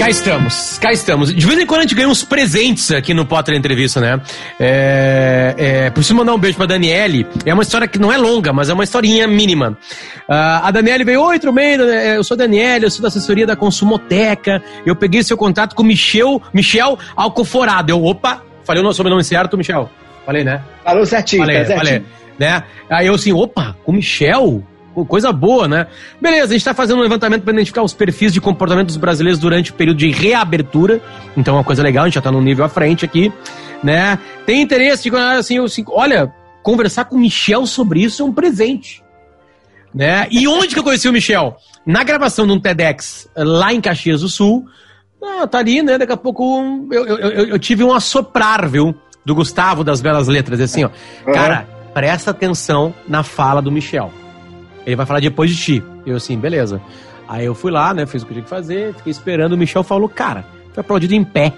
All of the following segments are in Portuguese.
Cá estamos. De vez em quando a gente ganha uns presentes aqui no Potter Entrevista, né? Preciso mandar um beijo pra Daniele. É uma história que não é longa, mas é uma historinha mínima. A Daniele veio: oi, tudo bem? Eu sou a Daniele, eu sou da assessoria da Consumoteca. Eu peguei seu contato com Michel Alcoforado. Opa, falei o sobrenome certo, Michel? Falei, né? Falou certinho, Falei, né? Aí eu assim, opa, com Michel? Coisa boa, né? Beleza, a gente tá fazendo um levantamento para identificar os perfis de comportamento dos brasileiros durante o período de reabertura. Então é uma coisa legal, a gente já tá num nível à frente aqui, né? Tem interesse de, assim, olha, conversar com o Michel sobre isso é um presente, né? E onde que eu conheci o Michel? Na gravação de um TEDx lá em Caxias do Sul. Tá ali, né? Daqui a pouco eu tive um assoprar, viu? Do Gustavo das Belas Letras, assim, ó. Cara, presta atenção na fala do Michel. Ele vai falar depois de ti. Eu assim, beleza. Aí eu fui lá, né? Fiz o que tinha que fazer, fiquei esperando. O Michel falou, cara, foi aplaudido em pé.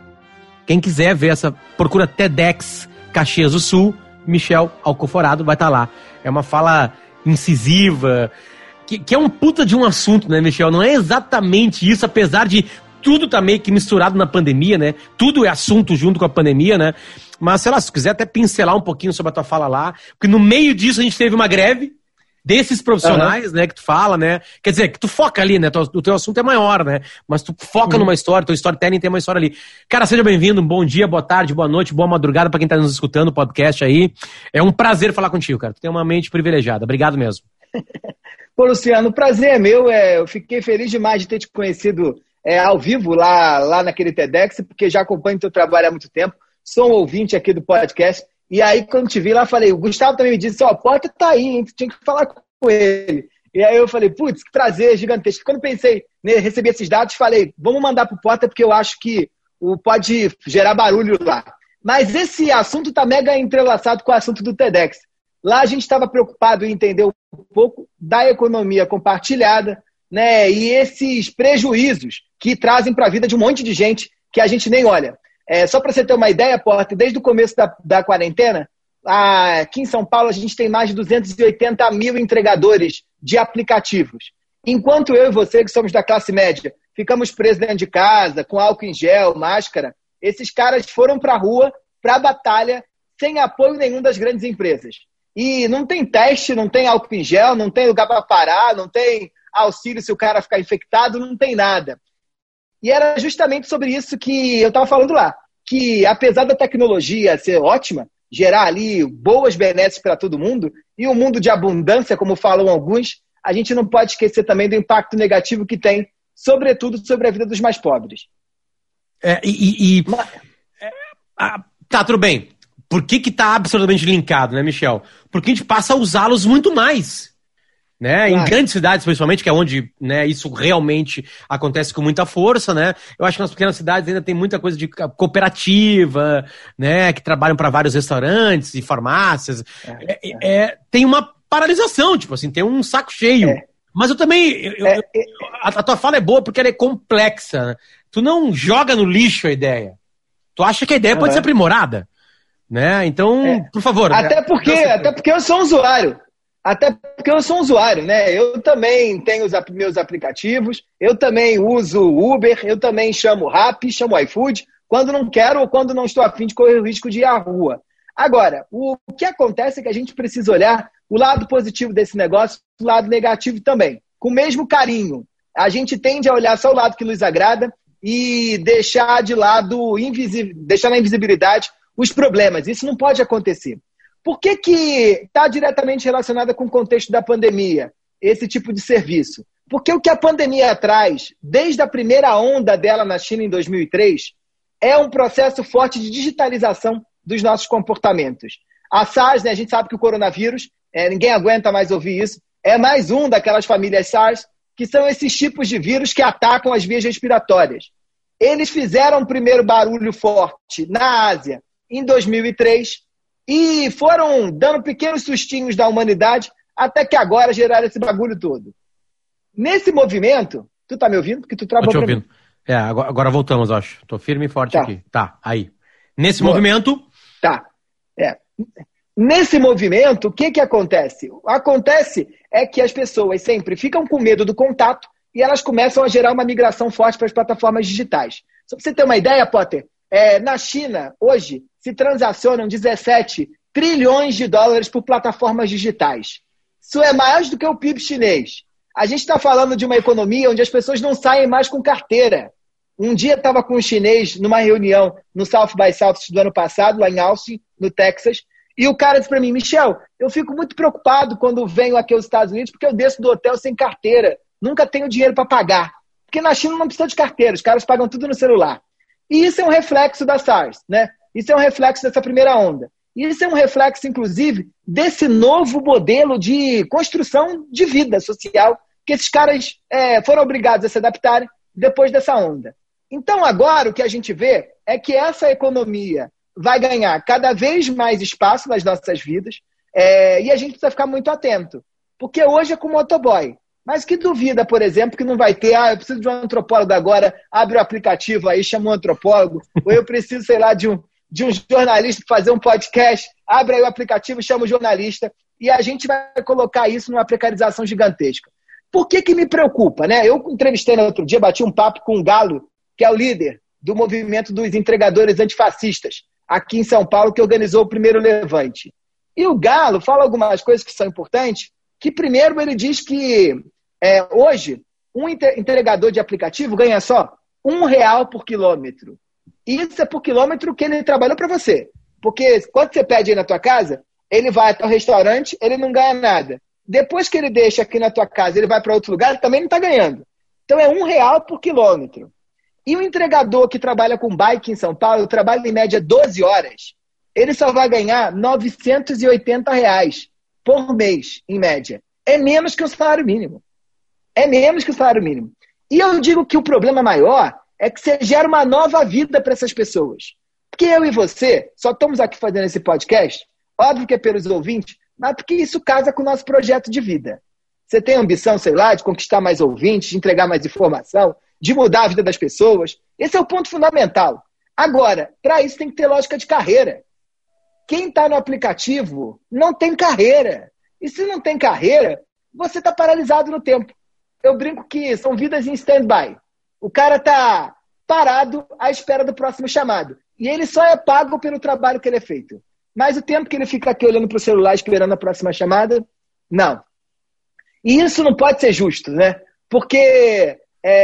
Quem quiser ver essa, procura TEDx Caxias do Sul, Michel Alcoforado, vai estar lá. É uma fala incisiva, que é um puta de um assunto, né, Michel? Não é exatamente isso, apesar de tudo tá meio que misturado na pandemia, né? Tudo é assunto junto com a pandemia, né? Mas, sei lá, se tu quiser até pincelar um pouquinho sobre a tua fala lá, porque no meio disso a gente teve uma greve desses profissionais, né, que tu fala, né? Quer dizer, que tu foca ali, né? O teu assunto é maior, né? Mas tu foca numa história, teu storytelling tem uma história ali. Cara, seja bem-vindo, um bom dia, boa tarde, boa noite, boa madrugada pra quem tá nos escutando, o podcast aí. É um prazer falar contigo, cara. Tu tem uma mente privilegiada. Obrigado mesmo. Pô, Luciano, o prazer é meu. Eu fiquei feliz demais de ter te conhecido ao vivo lá naquele TEDx, porque já acompanho o teu trabalho há muito tempo. Sou um ouvinte aqui do podcast. E aí, quando te vi lá, falei, o Gustavo também me disse, o Potter tá aí, hein? Tu tinha que falar com ele. E aí eu falei, putz, que prazer gigantesco. Quando pensei, recebi esses dados, falei, vamos mandar pro Potter, porque eu acho que pode gerar barulho lá. Mas esse assunto tá mega entrelaçado com o assunto do TEDx. Lá a gente estava preocupado em entender um pouco da economia compartilhada, né? E esses prejuízos que trazem para a vida de um monte de gente que a gente nem olha. Só para você ter uma ideia, Potter, desde o começo da quarentena, aqui em São Paulo a gente tem mais de 280 mil entregadores de aplicativos. Enquanto eu e você, que somos da classe média, ficamos presos dentro de casa, com álcool em gel, máscara, esses caras foram para a rua, para a batalha, sem apoio nenhum das grandes empresas. E não tem teste, não tem álcool em gel, não tem lugar para parar, não tem auxílio se o cara ficar infectado, não tem nada. E era justamente sobre isso que eu estava falando lá, que apesar da tecnologia ser ótima, gerar ali boas benesses para todo mundo, e um mundo de abundância, como falam alguns, a gente não pode esquecer também do impacto negativo que tem, sobretudo sobre a vida dos mais pobres. Tá, tudo bem. Por que tá absolutamente linkado, né, Michel? Porque a gente passa a usá-los muito mais. Né? Claro. Em grandes cidades, principalmente, que é onde, né, isso realmente acontece com muita força, né? Eu acho que nas pequenas cidades ainda tem muita coisa de cooperativa, né, que trabalham para vários restaurantes e farmácias. Tem uma paralisação, tipo assim, tem um saco cheio. Mas eu também... A tua fala é boa porque ela é complexa. Né? Tu não joga no lixo a ideia. Tu acha que a ideia pode ser aprimorada. Né? Então, por favor. Até porque eu sou um usuário. Até porque eu sou um usuário, né? Eu também tenho os meus aplicativos, eu também uso Uber, eu também chamo Rappi, chamo iFood, quando não quero ou quando não estou a fim de correr o risco de ir à rua. Agora, o que acontece é que a gente precisa olhar o lado positivo desse negócio, o lado negativo também, com o mesmo carinho. A gente tende a olhar só o lado que nos agrada e deixar de lado, deixar na invisibilidade os problemas. Isso não pode acontecer. Por que está diretamente relacionada com o contexto da pandemia, esse tipo de serviço? Porque o que a pandemia traz, desde a primeira onda dela na China em 2003, é um processo forte de digitalização dos nossos comportamentos. A SARS, né, a gente sabe que o coronavírus, ninguém aguenta mais ouvir isso, é mais um daquelas famílias SARS, que são esses tipos de vírus que atacam as vias respiratórias. Eles fizeram o primeiro barulho forte na Ásia em 2003, e foram dando pequenos sustinhos da humanidade até que agora geraram esse bagulho todo. Nesse movimento... Tu tá me ouvindo? Porque tu travou pra mim. Agora voltamos, acho. Tô firme e forte aqui. Tá, aí. Nesse movimento... Tá. Nesse movimento, o que acontece? Acontece é que as pessoas sempre ficam com medo do contato e elas começam a gerar uma migração forte para as plataformas digitais. Só para você ter uma ideia, Potter, na China, hoje, se transacionam 17 trilhões de dólares por plataformas digitais. Isso é mais do que o PIB chinês. A gente está falando de uma economia onde as pessoas não saem mais com carteira. Um dia eu estava com um chinês numa reunião no South by Southwest do ano passado, lá em Austin, no Texas, e o cara disse para mim, Michel, eu fico muito preocupado quando venho aqui aos Estados Unidos porque eu desço do hotel sem carteira. Nunca tenho dinheiro para pagar. Porque na China não precisa de carteira, os caras pagam tudo no celular. E isso é um reflexo da SARS, né? Isso é um reflexo dessa primeira onda. E isso é um reflexo, inclusive, desse novo modelo de construção de vida social que esses caras foram obrigados a se adaptarem depois dessa onda. Então, agora, o que a gente vê é que essa economia vai ganhar cada vez mais espaço nas nossas vidas e a gente precisa ficar muito atento. Porque hoje é com o motoboy. Mas que duvida, por exemplo, que não vai ter, eu preciso de um antropólogo agora, abre o aplicativo aí, chama um antropólogo, ou eu preciso, sei lá, de um jornalista para fazer um podcast, abre aí o aplicativo, chama o jornalista, e a gente vai colocar isso numa precarização gigantesca. Por que me preocupa, né? Eu entrevistei no outro dia, bati um papo com o Galo, que é o líder do movimento dos entregadores antifascistas, aqui em São Paulo, que organizou o primeiro Levante. E o Galo fala algumas coisas que são importantes, que primeiro ele diz que hoje um entregador de aplicativo ganha só R$1 por quilômetro. E isso é por quilômetro que ele trabalhou para você. Porque quando você pede aí na tua casa, ele vai até o restaurante, ele não ganha nada. Depois que ele deixa aqui na tua casa, ele vai para outro lugar, ele também não está ganhando. Então é R$1 por quilômetro. E o entregador que trabalha com bike em São Paulo, trabalha em média 12 horas, ele só vai ganhar R$980 por mês, em média. É menos que o salário mínimo. É menos que o salário mínimo. E eu digo que o problema maior é que você gera uma nova vida para essas pessoas. Porque eu e você só estamos aqui fazendo esse podcast, óbvio que é pelos ouvintes, mas porque isso casa com o nosso projeto de vida. Você tem ambição, sei lá, de conquistar mais ouvintes, de entregar mais informação, de mudar a vida das pessoas. Esse é o ponto fundamental. Agora, para isso tem que ter lógica de carreira. Quem está no aplicativo não tem carreira. E se não tem carreira, você está paralisado no tempo. Eu brinco que são vidas em stand-by. O cara está parado à espera do próximo chamado. E ele só é pago pelo trabalho que ele é feito. Mas o tempo que ele fica aqui olhando para o celular esperando a próxima chamada, não. E isso não pode ser justo, né? Porque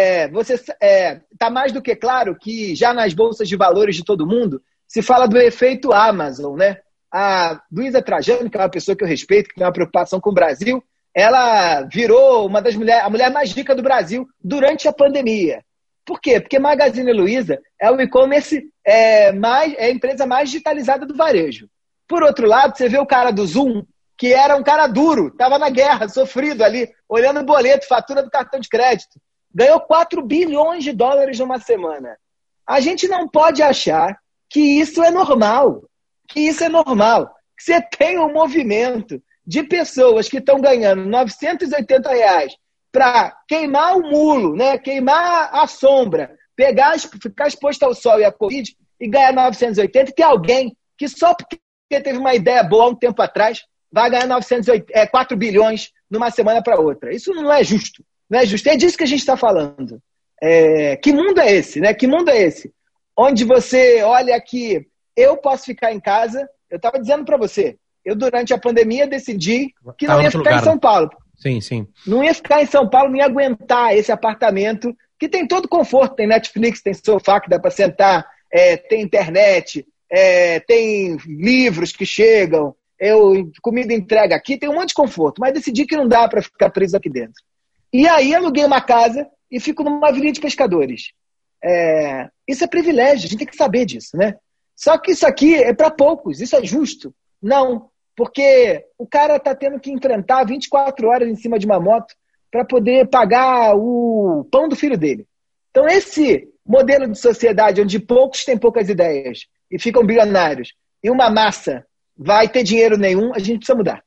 está mais do que claro que já nas bolsas de valores de todo mundo se fala do efeito Amazon, né? A Luísa Trajano, que é uma pessoa que eu respeito, que tem uma preocupação com o Brasil, ela virou a mulher mais rica do Brasil durante a pandemia. Por quê? Porque Magazine Luiza é o e-commerce, a empresa mais digitalizada do varejo. Por outro lado, você vê o cara do Zoom, que era um cara duro, estava na guerra, sofrido ali, olhando o boleto, fatura do cartão de crédito. Ganhou 4 bilhões de dólares numa semana. A gente não pode achar que isso é normal. Que você tem um movimento de pessoas que estão ganhando R$980 para queimar o mulo, né? Queimar a sombra, ficar exposto ao sol e à Covid e ganhar 980, e tem alguém que só porque teve uma ideia boa há um tempo atrás vai ganhar 4 bilhões numa semana para outra. Isso não é justo. Não é justo. É disso que a gente está falando. Que mundo é esse, né? Que mundo é esse? Onde você olha que eu posso ficar em casa. Eu estava dizendo para você, eu durante a pandemia decidi que não ia ficar em São Paulo. Sim, sim. Não ia ficar em São Paulo, não ia aguentar esse apartamento que tem todo conforto. Tem Netflix, tem sofá que dá para sentar, tem internet, tem livros que chegam, comida entrega aqui, tem um monte de conforto. Mas decidi que não dá para ficar preso aqui dentro. E aí aluguei uma casa e fico numa avenida de pescadores. Isso é privilégio, a gente tem que saber disso, né? Só que isso aqui é para poucos, isso é justo? Não, porque o cara está tendo que enfrentar 24 horas em cima de uma moto para poder pagar o pão do filho dele. Então esse modelo de sociedade onde poucos têm poucas ideias e ficam bilionários e uma massa vai ter dinheiro nenhum, a gente precisa mudar.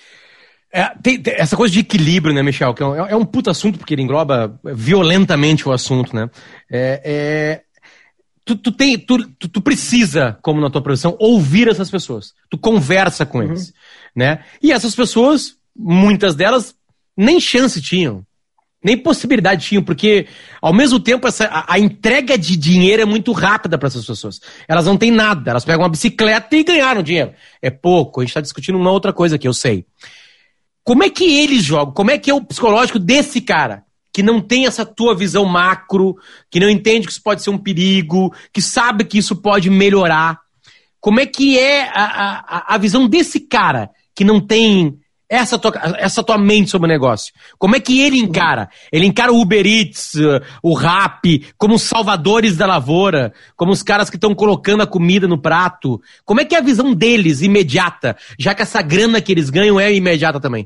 Tem essa coisa de equilíbrio, né, Michel? Que é um puta assunto, porque ele engloba violentamente o assunto, né? Tu precisa, como na tua profissão, ouvir essas pessoas. Tu conversa com eles, né? E essas pessoas, muitas delas, nem chance tinham Nem possibilidade tinham, porque ao mesmo tempo a entrega de dinheiro é muito rápida para essas pessoas. Elas não têm nada, elas pegam uma bicicleta e ganharam dinheiro. É pouco, a gente está discutindo uma outra coisa aqui, eu sei. Como é que eles jogam? Como é que é o psicológico desse cara? Que não tem essa tua visão macro, que não entende que isso pode ser um perigo, que sabe que isso pode melhorar. Como é que é a visão desse cara que não tem essa tua mente sobre o negócio? Como é que ele encara? Ele encara o Uber Eats, o Rappi, como os salvadores da lavoura, como os caras que estão colocando a comida no prato. Como é que é a visão deles, imediata, já que essa grana que eles ganham é imediata também?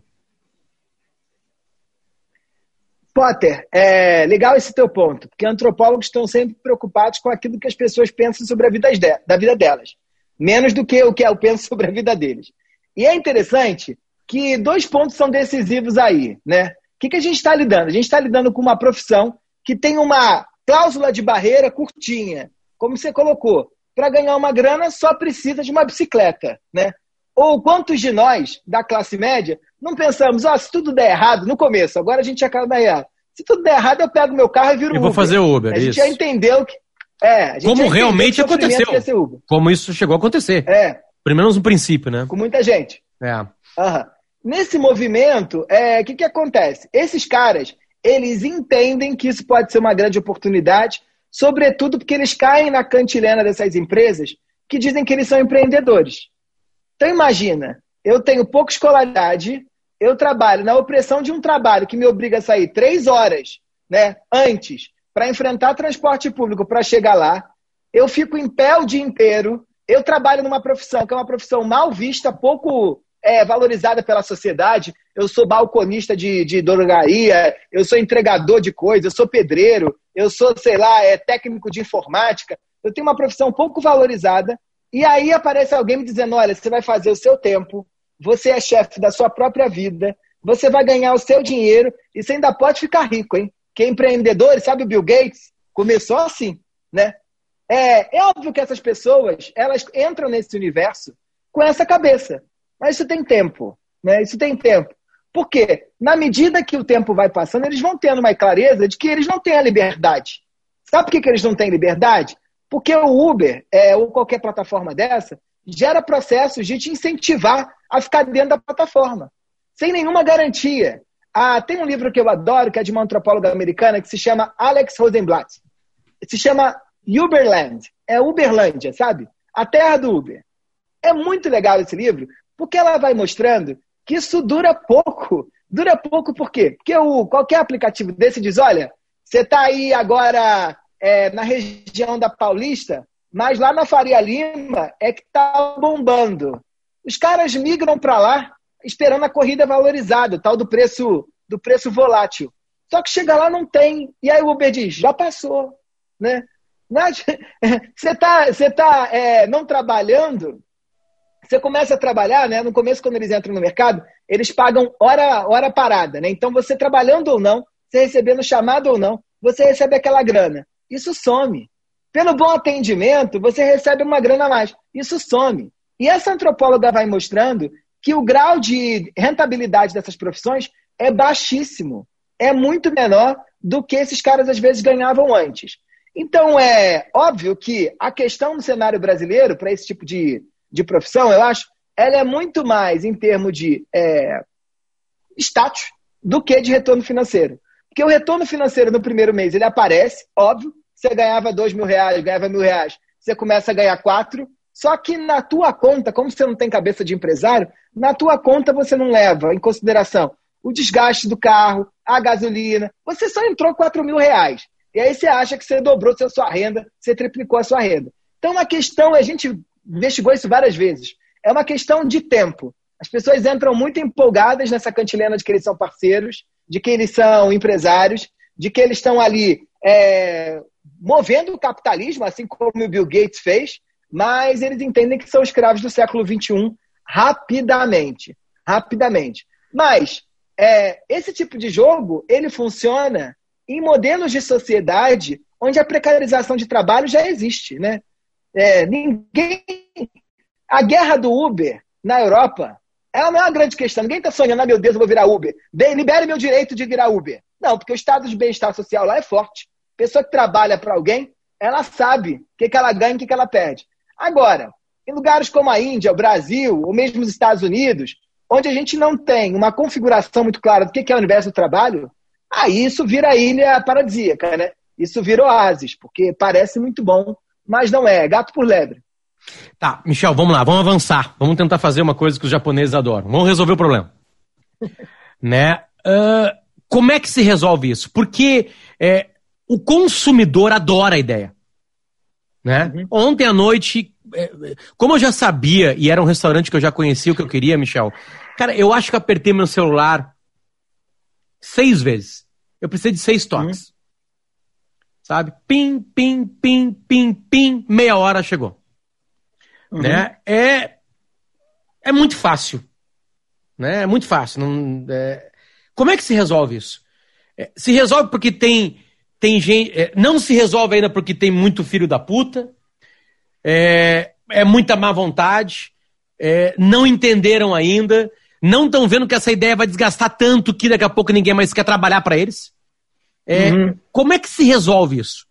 Potter, é legal esse teu ponto, porque antropólogos estão sempre preocupados com aquilo que as pessoas pensam sobre a vida delas, menos do que o que eu penso sobre a vida deles. E é interessante que 2 pontos são decisivos aí, né? O que a gente está lidando? A gente está lidando com uma profissão que tem uma cláusula de barreira curtinha, como você colocou. Para ganhar uma grana só precisa de uma bicicleta, né? Ou quantos de nós, da classe média, não pensamos, se tudo der errado, no começo, agora a gente acaba dar errado. Se tudo der errado, eu pego meu carro e viro Uber. Eu vou fazer Uber, A gente já entendeu que... Como realmente aconteceu. Como isso chegou a acontecer. Pelo menos no princípio, né? Com muita gente. Nesse movimento, o que acontece? Esses caras, eles entendem que isso pode ser uma grande oportunidade, sobretudo porque eles caem na cantilena dessas empresas que dizem que eles são empreendedores. Então imagina, eu tenho pouca escolaridade, eu trabalho na opressão de um trabalho que me obriga a sair 3 horas, né, antes para enfrentar transporte público para chegar lá, eu fico em pé o dia inteiro, eu trabalho numa profissão que é uma profissão mal vista, pouco valorizada pela sociedade, eu sou balconista de drogaria, eu sou entregador de coisas, eu sou pedreiro, eu sou, técnico de informática, eu tenho uma profissão pouco valorizada, e aí aparece alguém me dizendo, olha, você vai fazer o seu tempo, você é chefe da sua própria vida, você vai ganhar o seu dinheiro e você ainda pode ficar rico, hein? Que empreendedores, sabe o Bill Gates? Começou assim, né? É óbvio que essas pessoas, elas entram nesse universo com essa cabeça. Mas isso tem tempo, né? Isso tem tempo. Por quê? Na medida que o tempo vai passando, eles vão tendo uma clareza de que eles não têm a liberdade. Sabe por que eles não têm liberdade? Porque o Uber, ou qualquer plataforma dessa, gera processos de te incentivar a ficar dentro da plataforma, sem nenhuma garantia. Tem um livro que eu adoro, que é de uma antropóloga americana, que se chama Alex Rosenblatt. Se chama Uberland. É Uberlândia, sabe? A terra do Uber. É muito legal esse livro, porque ela vai mostrando que isso dura pouco. Dura pouco por quê? Porque qualquer aplicativo desse diz, olha, você está aí agora na região da Paulista, mas lá na Faria Lima é que está bombando. Os caras migram para lá esperando a corrida valorizada, tal do preço volátil. Só que chega lá não tem. E aí o Uber diz, já passou. Né? Você tá não trabalhando, você começa a trabalhar, né? No começo, quando eles entram no mercado, eles pagam hora parada. Né? Então, você trabalhando ou não, você recebendo chamado ou não, você recebe aquela grana. Isso some. Pelo bom atendimento, você recebe uma grana a mais. Isso some. E essa antropóloga vai mostrando que o grau de rentabilidade dessas profissões é baixíssimo. É muito menor do que esses caras às vezes ganhavam antes. Então, é óbvio que a questão no cenário brasileiro, para esse tipo de profissão, eu acho, ela é muito mais em termos de status do que de retorno financeiro. Porque o retorno financeiro no primeiro mês, ele aparece, óbvio, você ganhava R$2.000, ganhava R$1.000, você começa a ganhar 4, só que na tua conta, como você não tem cabeça de empresário, na tua conta você não leva em consideração o desgaste do carro, a gasolina, você só entrou R$4.000. E aí você acha que você dobrou a sua renda, você triplicou a sua renda. Então a questão, a gente investigou isso várias vezes, é uma questão de tempo. As pessoas entram muito empolgadas nessa cantilena de que eles são parceiros, de que eles são empresários, de que eles estão ali movendo o capitalismo, assim como o Bill Gates fez, mas eles entendem que são escravos do século XXI rapidamente. Mas esse tipo de jogo, ele funciona em modelos de sociedade onde a precarização de trabalho já existe, né? A guerra do Uber na Europa, ela não é uma grande questão. Ninguém está sonhando, meu Deus, eu vou virar Uber. Libere meu direito de virar Uber. Não, porque o estado de bem-estar social lá é forte. A pessoa que trabalha para alguém, ela sabe o que ela ganha e o que ela perde. Agora, em lugares como a Índia, o Brasil, ou mesmo os Estados Unidos, onde a gente não tem uma configuração muito clara do que é o universo do trabalho, aí isso vira ilha paradisíaca, né? Isso vira oásis, porque parece muito bom, mas não é gato por lebre. Tá, Michel, vamos lá, vamos avançar. Vamos tentar fazer uma coisa que os japoneses adoram. Vamos resolver o problema. Né? Como é que se resolve isso? Porque o consumidor adora a ideia. Né? Uhum. Ontem à noite, como eu já sabia, e era um restaurante que eu já conhecia o que eu queria, Michel, cara, eu acho que eu apertei meu celular 6 vezes. Eu precisei de 6 toques. Sabe? Pim, pim, pim, pim, pim, meia hora chegou. Né? É muito fácil. Né? É muito fácil. Como é que se resolve isso? Se resolve porque tem gente... não se resolve ainda porque tem muito filho da puta. É muita má vontade. Não entenderam ainda. Não estão vendo que essa ideia vai desgastar tanto que daqui a pouco ninguém mais quer trabalhar para eles. Como é que se resolve isso?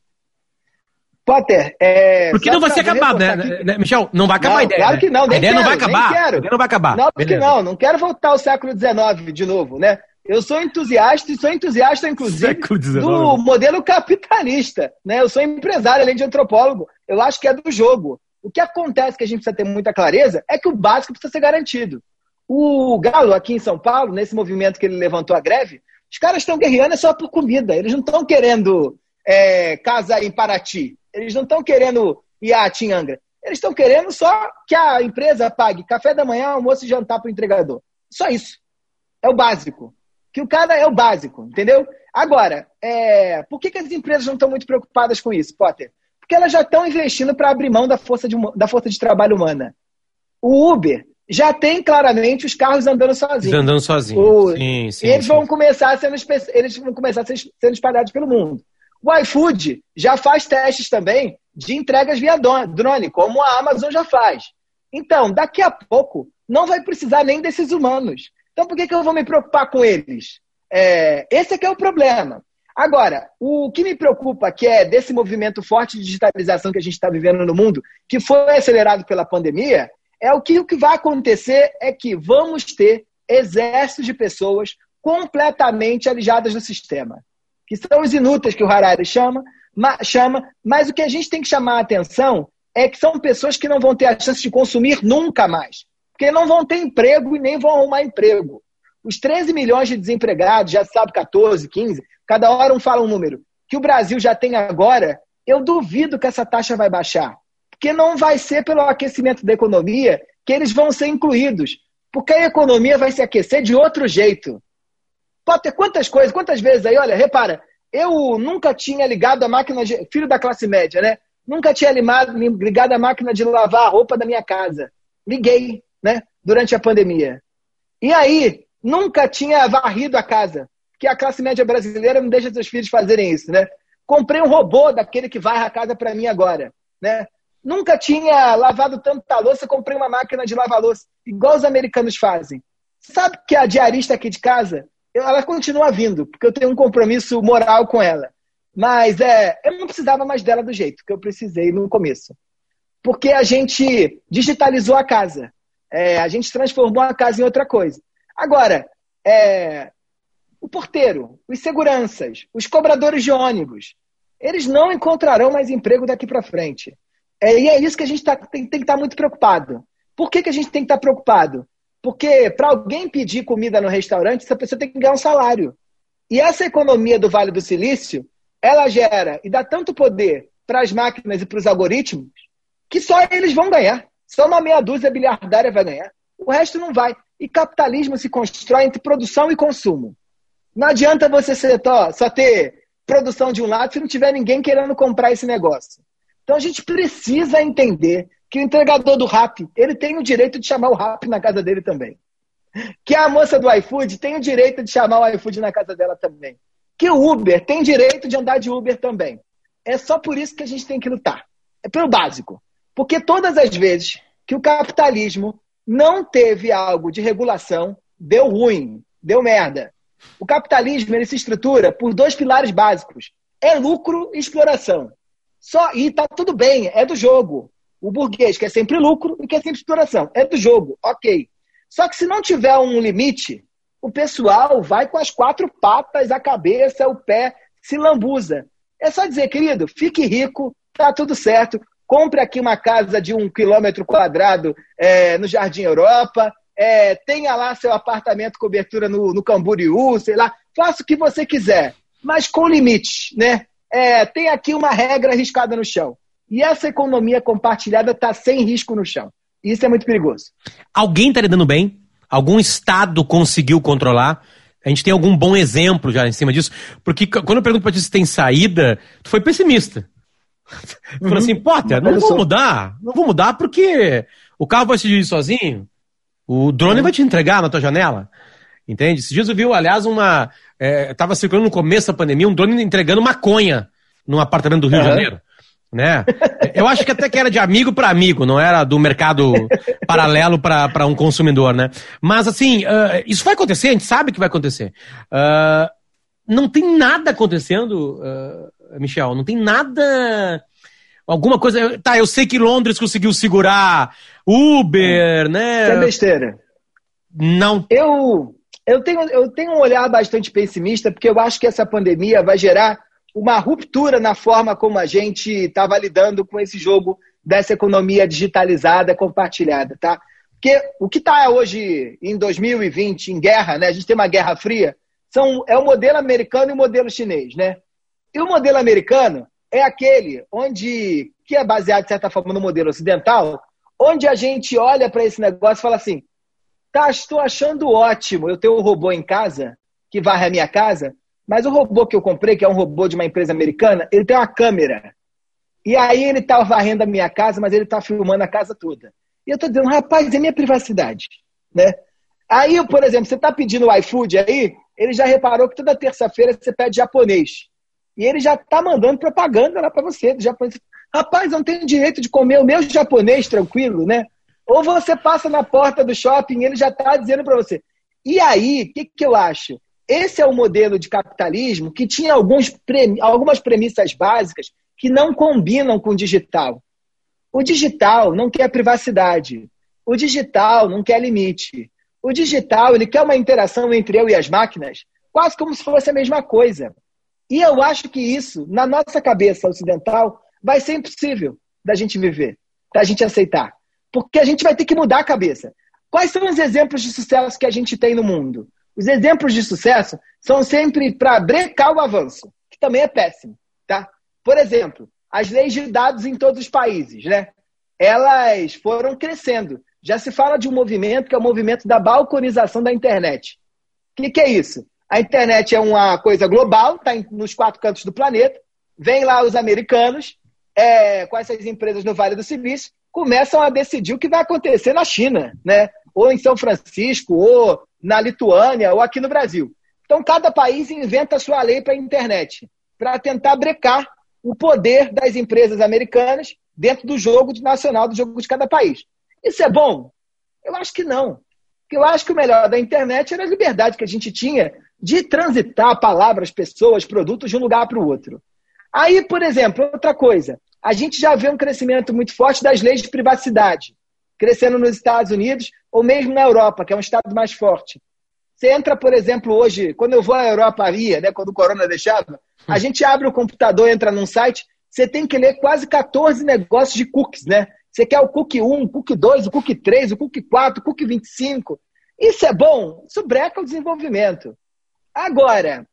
Potter, porque não vai ser acabado, né, Michel? Não vai acabar a ideia. Claro que não, a ideia não vai acabar. A ideia não vai acabar. Não, porque não quero voltar ao século XIX de novo, né? Eu sou entusiasta, inclusive, do modelo capitalista, né? Eu sou empresário, além de antropólogo. Eu acho que é do jogo. O que acontece, que a gente precisa ter muita clareza, é que o básico precisa ser garantido. O Galo, aqui em São Paulo, nesse movimento que ele levantou a greve, os caras estão guerreando só por comida. Eles não estão querendo casa em Paraty. Eles não estão querendo iate em Angra. Eles estão querendo só que a empresa pague café da manhã, almoço e jantar para o entregador. Só isso. É o básico. Que o cara é o básico, entendeu? Agora, por que as empresas não estão muito preocupadas com isso, Potter? Porque elas já estão investindo para abrir mão da força de trabalho humana. O Uber já tem claramente os carros andando sozinhos. Andando sozinhos. Sim, eles vão começar sendo espalhados pelo mundo. O iFood já faz testes também de entregas via drone, como a Amazon já faz. Então, daqui a pouco, não vai precisar nem desses humanos. Então, por que eu vou me preocupar com eles? Esse é que é o problema. Agora, o que me preocupa, que é desse movimento forte de digitalização que a gente está vivendo no mundo, que foi acelerado pela pandemia, o que vai acontecer é que vamos ter exércitos de pessoas completamente alijadas do sistema. Que são os inúteis que o Harari chama, mas o que a gente tem que chamar a atenção é que são pessoas que não vão ter a chance de consumir nunca mais, porque não vão ter emprego e nem vão arrumar emprego. Os 13 milhões de desempregados, já sabe, 14, 15, cada hora fala um número, que o Brasil já tem agora, eu duvido que essa taxa vai baixar, porque não vai ser pelo aquecimento da economia que eles vão ser incluídos, porque a economia vai se aquecer de outro jeito. Pode ter quantas vezes aí, olha, repara, eu nunca tinha ligado a máquina filho da classe média, né? Nunca tinha ligado a máquina de lavar a roupa da minha casa. Liguei, né? Durante a pandemia. E aí, nunca tinha varrido a casa, porque a classe média brasileira não deixa seus filhos fazerem isso, né? Comprei um robô daquele que varre a casa para mim agora, né? Nunca tinha lavado tanta louça, comprei uma máquina de lavar louça, igual os americanos fazem. Sabe que a diarista aqui de casa, ela continua vindo, porque eu tenho um compromisso moral com ela. Mas eu não precisava mais dela do jeito que eu precisei no começo. Porque a gente digitalizou a casa. A gente transformou a casa em outra coisa. Agora, o porteiro, os seguranças, os cobradores de ônibus, eles não encontrarão mais emprego daqui para frente. E é isso que a gente tem que estar muito preocupado. Por que a gente tem que estar preocupado? Porque para alguém pedir comida no restaurante, essa pessoa tem que ganhar um salário. E essa economia do Vale do Silício, ela gera e dá tanto poder para as máquinas e para os algoritmos que só eles vão ganhar. Só uma meia dúzia bilhardária vai ganhar. O resto não vai. E capitalismo se constrói entre produção e consumo. Não adianta você só ter produção de um lado se não tiver ninguém querendo comprar esse negócio. Então a gente precisa entender que o entregador do Rappi, ele tem o direito de chamar o Rappi na casa dele também. Que a moça do iFood tem o direito de chamar o iFood na casa dela também. Que o Uber tem direito de andar de Uber também. É só por isso que a gente tem que lutar. É pelo básico. Porque todas as vezes que o capitalismo não teve algo de regulação, deu ruim, deu merda. O capitalismo ele se estrutura por 2 pilares básicos. É lucro e exploração. E tá tudo bem, é do jogo. O burguês quer sempre lucro e quer sempre exploração. É do jogo, ok. Só que se não tiver um limite, o pessoal vai com as 4 patas, a cabeça, o pé, se lambuza. É só dizer, querido, fique rico, tá tudo certo. Compre aqui uma casa de 1 quilômetro quadrado no Jardim Europa. Tenha lá seu apartamento, cobertura no Camboriú, sei lá. Faça o que você quiser, mas com limites, né? Tem aqui uma regra riscada no chão. E essa economia compartilhada está sem risco no chão. Isso é muito perigoso. Alguém está lidando bem? Algum Estado conseguiu controlar? A gente tem algum bom exemplo já em cima disso? Porque quando eu pergunto para ti se tem saída, tu foi pessimista. Falou assim, Potter, não vou mudar. Não vou mudar porque o carro vai se dirigir sozinho. O drone vai te entregar na tua janela. Entende? Esses dias eu vi, aliás, tava circulando no começo da pandemia um drone entregando maconha num apartamento do Rio de Janeiro. Né? Eu acho que até que era de amigo para amigo, não era do mercado paralelo para um consumidor, né? Mas assim, isso vai acontecer, a gente sabe que vai acontecer. Não tem nada acontecendo, Michel, não tem nada... Alguma coisa... Tá, eu sei que Londres conseguiu segurar Uber, né? Isso é besteira. Não. Eu tenho um olhar bastante pessimista, porque eu acho que essa pandemia vai gerar uma ruptura na forma como a gente estava lidando com esse jogo dessa economia digitalizada, compartilhada, tá? Porque o que está hoje, em 2020, em guerra, né? A gente tem uma guerra fria, é o modelo americano e o modelo chinês, né? E o modelo americano é aquele que é baseado, de certa forma, no modelo ocidental, onde a gente olha para esse negócio e fala assim, tá, estou achando ótimo eu ter um robô em casa, que varre a minha casa, mas o robô que eu comprei, que é um robô de uma empresa americana, ele tem uma câmera. E aí ele está varrendo a minha casa, mas ele está filmando a casa toda. E eu estou dizendo, rapaz, é minha privacidade, né? Aí, por exemplo, você está pedindo o iFood aí, ele já reparou que toda terça-feira você pede japonês. E ele já está mandando propaganda lá para você, do japonês. Rapaz, eu não tenho direito de comer o meu japonês tranquilo, né? Ou você passa na porta do shopping e ele já está dizendo para você. E aí, o que eu acho? Esse é o modelo de capitalismo que tinha algumas premissas básicas que não combinam com o digital. O digital não quer privacidade. O digital não quer limite. O digital ele quer uma interação entre eu e as máquinas, quase como se fosse a mesma coisa. E eu acho que isso, na nossa cabeça ocidental, vai ser impossível da gente viver, da gente aceitar. Porque a gente vai ter que mudar a cabeça. Quais são os exemplos de sucesso que a gente tem no mundo? Os exemplos de sucesso são sempre para brecar o avanço, que também é péssimo, tá? Por exemplo, as leis de dados em todos os países, né? Elas foram crescendo. Já se fala de um movimento que é o movimento da balconização da internet. O que é isso? A internet é uma coisa global, está nos 4 cantos do planeta. Vem lá os americanos, com essas empresas no Vale do Silício, começam a decidir o que vai acontecer na China, né? Ou em São Francisco, ou na Lituânia, ou aqui no Brasil. Então, cada país inventa a sua lei para a internet, para tentar brecar o poder das empresas americanas dentro do jogo nacional, do jogo de cada país. Isso é bom? Eu acho que não. Porque eu acho que o melhor da internet era a liberdade que a gente tinha de transitar palavras, pessoas, produtos de um lugar para o outro. Aí, por exemplo, outra coisa, a gente já vê um crescimento muito forte das leis de privacidade, crescendo nos Estados Unidos ou mesmo na Europa, que é um estado mais forte. Você entra, por exemplo, hoje, quando eu vou à Europa, né, quando o corona deixava, a gente abre o computador, entra num site, você tem que ler quase 14 negócios de cookies, né? Você quer o cookie 1, o cookie 2, o cookie 3, o cookie 4, o cookie 25. Isso é bom? Isso breca o desenvolvimento. Agora,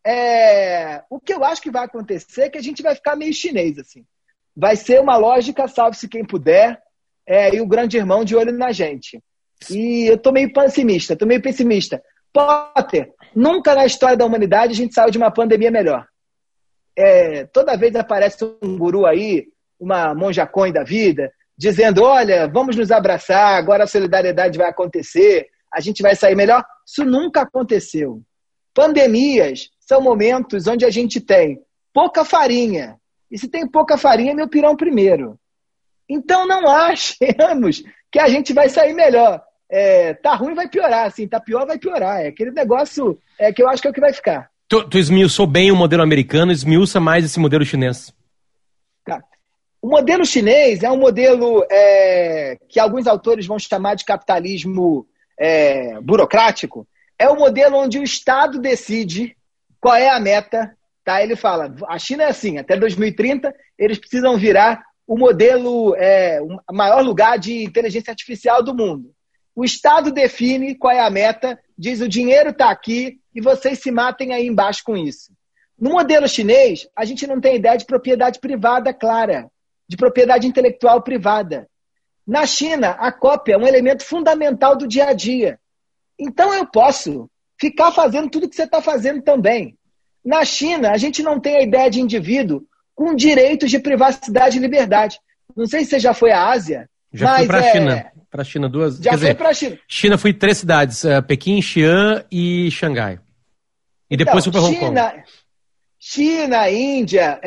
o que eu acho que vai acontecer é que a gente vai ficar meio chinês, assim. Vai ser uma lógica, salve-se quem puder, e o grande irmão de olho na gente. E eu tô meio pessimista. Potter, nunca na história da humanidade a gente saiu de uma pandemia melhor. Toda vez aparece um guru aí, uma monja coin da vida, dizendo, olha, vamos nos abraçar, agora a solidariedade vai acontecer, a gente vai sair melhor. Isso nunca aconteceu. Pandemias são momentos onde a gente tem pouca farinha. E se tem pouca farinha, meu pirão primeiro. Então não achemos que a gente vai sair melhor. tá ruim, vai piorar, assim, tá pior, vai piorar. É aquele negócio que eu acho que é o que vai ficar. Tu esmiuçou bem o modelo americano, esmiuça mais esse modelo chinês. Tá. O modelo chinês é um modelo que alguns autores vão chamar de capitalismo burocrático. É o modelo onde o Estado decide qual é a meta. Tá? Ele fala, a China é assim, até 2030 eles precisam virar o modelo, o maior lugar de inteligência artificial do mundo. O Estado define qual é a meta, diz o dinheiro está aqui e vocês se matem aí embaixo com isso. No modelo chinês, a gente não tem ideia de propriedade privada clara, de propriedade intelectual privada. Na China, a cópia é um elemento fundamental do dia a dia. Então eu posso ficar fazendo tudo que você está fazendo também. Na China, a gente não tem a ideia de indivíduo com direitos de privacidade e liberdade. Não sei se você já foi à Ásia. Já fui para a China. Para a China duas. Já foi para a China. China fui 3 cidades, Pequim, Xi'an e Xangai. E depois fui para Hong Kong. China, Índia,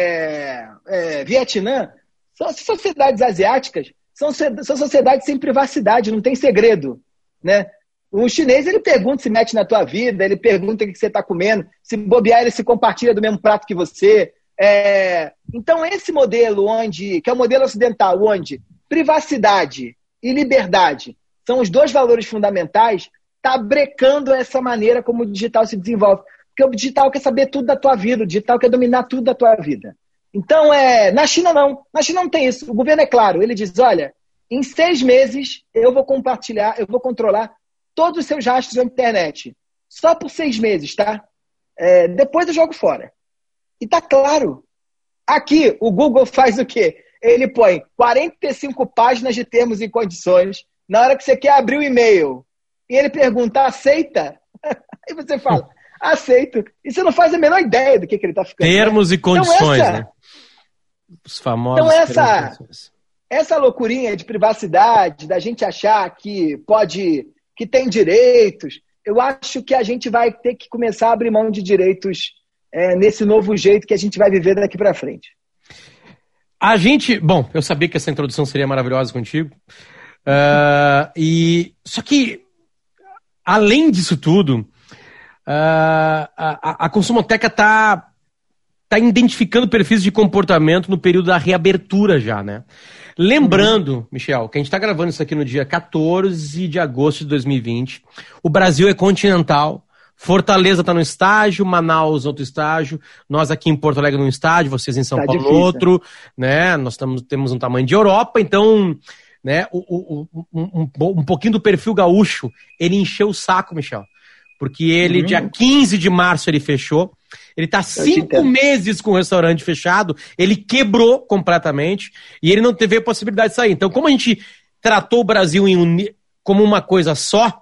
Vietnã, são sociedades asiáticas, são sociedades sem privacidade, não tem segredo, né? O chinês, ele pergunta se mete na tua vida, ele pergunta o que você está comendo, se bobear, ele se compartilha do mesmo prato que você. Então, esse modelo, que é o modelo ocidental, onde privacidade e liberdade são os 2 valores fundamentais, está brecando essa maneira como o digital se desenvolve. Porque o digital quer saber tudo da tua vida, o digital quer dominar tudo da tua vida. Então, na China não. Na China não tem isso. O governo é claro, ele diz, olha, em 6 meses eu vou compartilhar, eu vou controlar todos os seus rastros na internet. Só por 6 meses, tá? Depois eu jogo fora. E tá claro. Aqui, o Google faz o quê? Ele põe 45 páginas de termos e condições na hora que você quer abrir o e-mail. E ele pergunta, aceita? Aí você fala, aceito. E você não faz a menor ideia do que ele está ficando. Termos e condições, então, né? Os famosos essa loucurinha de privacidade, da gente achar que tem direitos, eu acho que a gente vai ter que começar a abrir mão de direitos nesse novo jeito que a gente vai viver daqui para frente. Bom, eu sabia que essa introdução seria maravilhosa contigo. Só que, além disso tudo, a Consumoteca está identificando perfis de comportamento no período da reabertura já, né? Lembrando, Michel, que a gente está gravando isso aqui no dia 14 de agosto de 2020. O Brasil é continental. Fortaleza está no estágio, Manaus outro estágio, nós aqui em Porto Alegre num estágio, vocês em São Paulo no outro, né? Nós temos um tamanho de Europa, então, né? Um pouquinho do perfil gaúcho, ele encheu o saco, Michel, porque ele, dia 15 de março, ele fechou, ele está 5 meses com o restaurante fechado, ele quebrou completamente e ele não teve a possibilidade de sair. Então, como a gente tratou o Brasil como uma coisa só,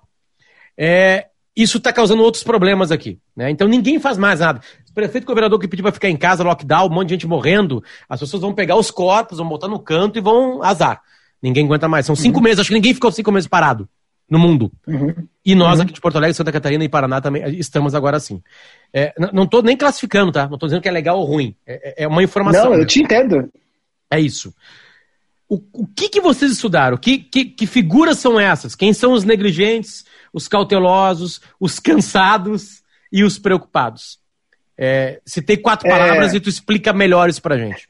isso está causando outros problemas aqui, né? Então ninguém faz mais nada. O prefeito e o governador que pediu para ficar em casa, lockdown, um monte de gente morrendo, as pessoas vão pegar os corpos, vão botar no canto e vão azar. Ninguém aguenta mais. São 5 meses, acho que ninguém ficou 5 meses parado no mundo. E nós aqui de Porto Alegre, Santa Catarina e Paraná também estamos agora assim. Não estou nem classificando, tá? Não estou dizendo que é legal ou ruim. É uma informação. Não, eu te entendo. É isso. O que vocês estudaram? Que figuras são essas? Quem são os negligentes, os cautelosos, os cansados e os preocupados? Citei 4 palavras e tu explica melhor isso pra gente.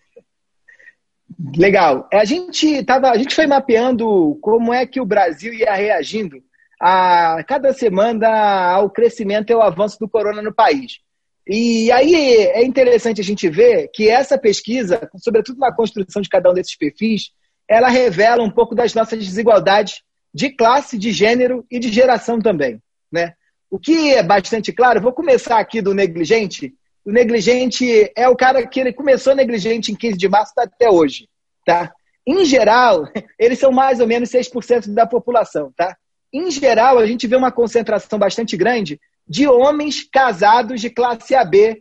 Legal. A gente foi mapeando como é que o Brasil ia reagindo a cada semana ao crescimento e ao avanço do corona no país. E aí é interessante a gente ver que essa pesquisa, sobretudo na construção de cada um desses perfis, ela revela um pouco das nossas desigualdades de classe, de gênero e de geração também, né? O que é bastante claro, vou começar aqui do negligente. O negligente é o cara que ele começou negligente em 15 de março até hoje, tá? Em geral, eles são mais ou menos 6% da população, tá? Em geral, a gente vê uma concentração bastante grande de homens casados de classe AB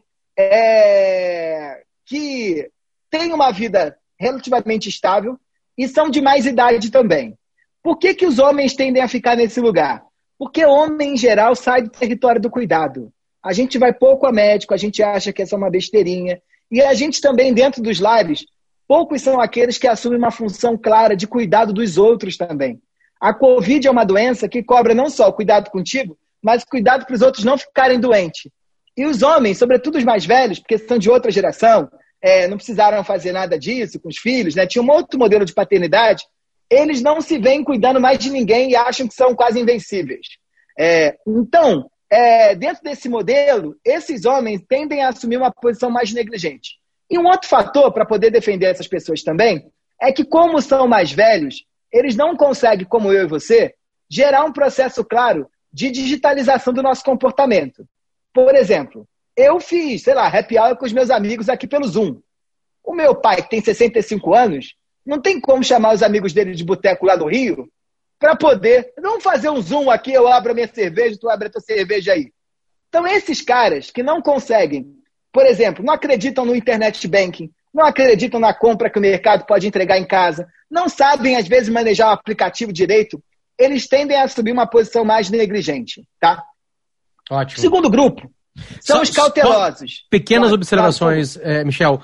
que têm uma vida relativamente estável e são de mais idade também. Por que os homens tendem a ficar nesse lugar? Porque o homem, em geral, sai do território do cuidado. A gente vai pouco a médico, a gente acha que essa é uma besteirinha. E a gente também, dentro dos lares, poucos são aqueles que assumem uma função clara de cuidado dos outros também. A Covid é uma doença que cobra não só o cuidado contigo, mas o cuidado para os outros não ficarem doentes. E os homens, sobretudo os mais velhos, porque são de outra geração, não precisaram fazer nada disso com os filhos, né? Tinha um outro modelo de paternidade, eles não se veem cuidando mais de ninguém e acham que são quase invencíveis. Então, dentro desse modelo, esses homens tendem a assumir uma posição mais negligente. E um outro fator para poder defender essas pessoas também é que, como são mais velhos, eles não conseguem, como eu e você, gerar um processo claro de digitalização do nosso comportamento. Por exemplo, eu fiz, happy hour com os meus amigos aqui pelo Zoom. O meu pai, que tem 65 anos, não tem como chamar os amigos dele de boteco lá no Rio para poder, vamos fazer um Zoom aqui, eu abro a minha cerveja, tu abre a tua cerveja aí. Então, esses caras que não conseguem, por exemplo, não acreditam no internet banking, não acreditam na compra que o mercado pode entregar em casa, não sabem, às vezes, manejar o aplicativo direito, eles tendem a assumir uma posição mais negligente, tá? Ótimo. O segundo grupo são os cautelosos. Pequenas observações, Michel.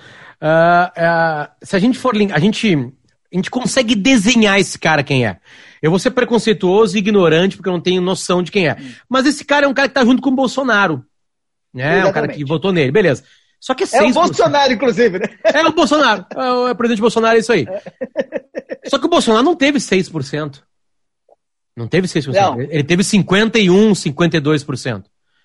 Se a gente for... A gente consegue desenhar esse cara quem é. Eu vou ser preconceituoso e ignorante porque eu não tenho noção de quem é. Mas esse cara é um cara que tá junto com o Bolsonaro. Né? É um cara que votou nele. Beleza. Só que 6%. É o Bolsonaro, inclusive, né? É o Bolsonaro. O presidente Bolsonaro é isso aí. Só que o Bolsonaro não teve 6%. Não teve 6%. Não. Ele teve 51%, 52%.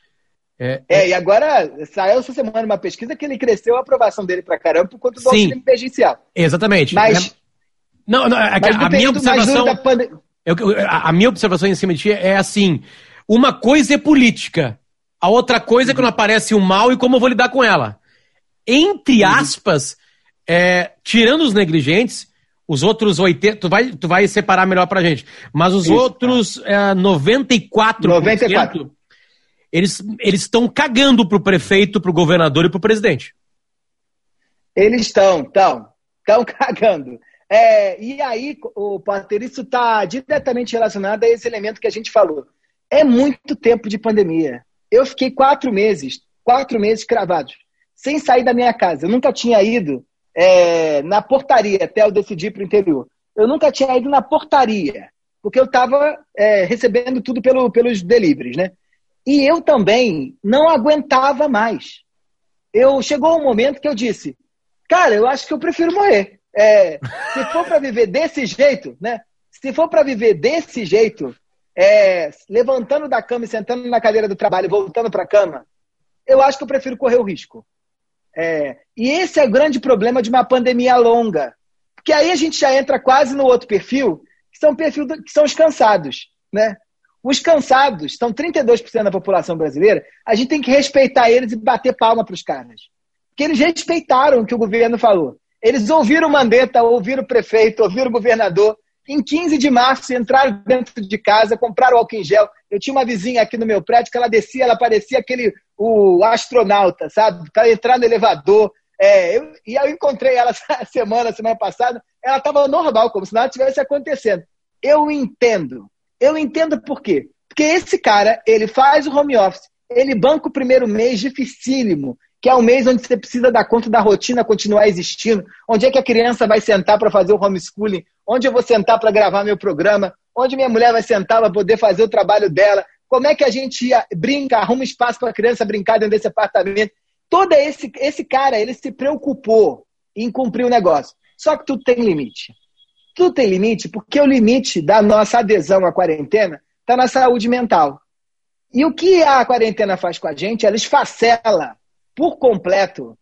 E agora saiu essa semana uma pesquisa que ele cresceu a aprovação dele pra caramba por conta do auxílio emergencial. Exatamente. Mas a minha observação... A minha observação em cima de ti é assim, uma coisa é política, a outra coisa é quando aparece o mal e como eu vou lidar com ela. Entre aspas, tirando os negligentes, os outros 80%, tu vai separar melhor pra gente, mas os outros 94%, eles estão cagando pro prefeito, pro governador e pro presidente. Eles estão cagando. E aí, Potter, isso está diretamente relacionado a esse elemento que a gente falou. É muito tempo de pandemia. Eu fiquei 4 meses cravados, sem sair da minha casa. Eu nunca tinha ido na portaria, até eu decidir para o interior. Eu nunca tinha ido na portaria, porque eu estava recebendo tudo pelos deliveries, né? E eu também não aguentava mais. Chegou um momento que eu disse, cara, eu acho que eu prefiro morrer. Se for para viver desse jeito, né? Se for para viver desse jeito, levantando da cama e sentando na cadeira do trabalho e voltando para a cama, eu acho que eu prefiro correr o risco. E esse é o grande problema de uma pandemia longa. Porque aí a gente já entra quase no outro perfil, que são os cansados, né? Os cansados, são 32% da população brasileira, a gente tem que respeitar eles e bater palma para os caras. Porque eles respeitaram o que o governo falou. Eles ouviram o Mandetta, ouviram o prefeito, ouviram o governador. Em 15 de março, entraram dentro de casa, compraram álcool em gel. Eu tinha uma vizinha aqui no meu prédio que ela descia, ela parecia o astronauta, sabe? Para entrar no elevador. Eu encontrei ela semana passada, ela estava normal, como se nada tivesse acontecendo. Eu entendo por quê. Porque esse cara, ele faz o home office, ele banca o primeiro mês dificílimo, que é um mês onde você precisa dar conta da rotina continuar existindo, onde é que a criança vai sentar para fazer o homeschooling, onde eu vou sentar para gravar meu programa, onde minha mulher vai sentar para poder fazer o trabalho dela, como é que a gente brinca, arruma espaço para a criança brincar dentro desse apartamento. Todo esse cara, ele se preocupou em cumprir o negócio. Só que tudo tem limite. Tudo tem limite porque o limite da nossa adesão à quarentena está na saúde mental. E o que a quarentena faz com a gente, ela esfacela por completo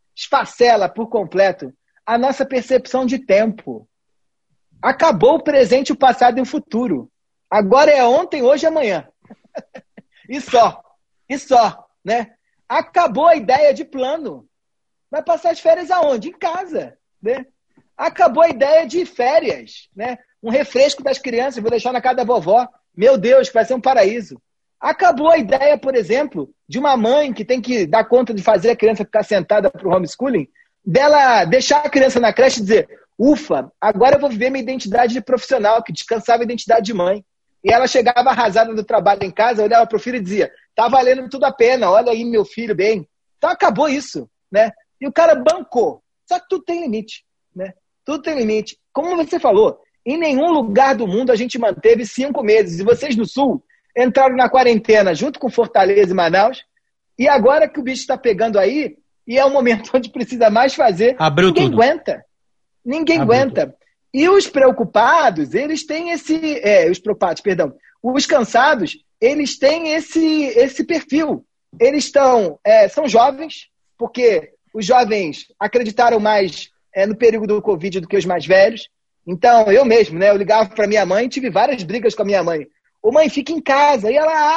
a nossa percepção de tempo. Acabou o presente, o passado e o futuro. Agora é ontem, hoje e amanhã. E só, né? Acabou a ideia de plano. Vai passar as férias aonde? Em casa, né? Acabou a ideia de férias, né? Um refresco das crianças, vou deixar na casa da vovó. Meu Deus, vai ser um paraíso. Acabou a ideia, por exemplo, de uma mãe que tem que dar conta de fazer a criança ficar sentada para o homeschooling, dela deixar a criança na creche e dizer, ufa, agora eu vou viver minha identidade de profissional, que descansava a identidade de mãe. E ela chegava arrasada do trabalho em casa, olhava para o filho e dizia, tá valendo tudo a pena, olha aí meu filho bem. Então acabou isso, né? E o cara bancou. Só que tudo tem limite, né? Tudo tem limite. Como você falou, Em nenhum lugar do mundo a gente manteve 5 meses. E vocês no Sul entraram na quarentena junto com Fortaleza e Manaus. E agora que o bicho está pegando aí, e é o momento onde precisa mais fazer, Abriu ninguém tudo. Aguenta. Ninguém Abriu aguenta. tudo. E os preocupados, eles têm esse... os preocupados, perdão. Os cansados, eles têm esse perfil. Eles são jovens, porque os jovens acreditaram mais no período do Covid do que os mais velhos. Então, eu mesmo, né? Eu ligava para minha mãe e tive várias brigas com a minha mãe. Ô mãe, fica em casa. E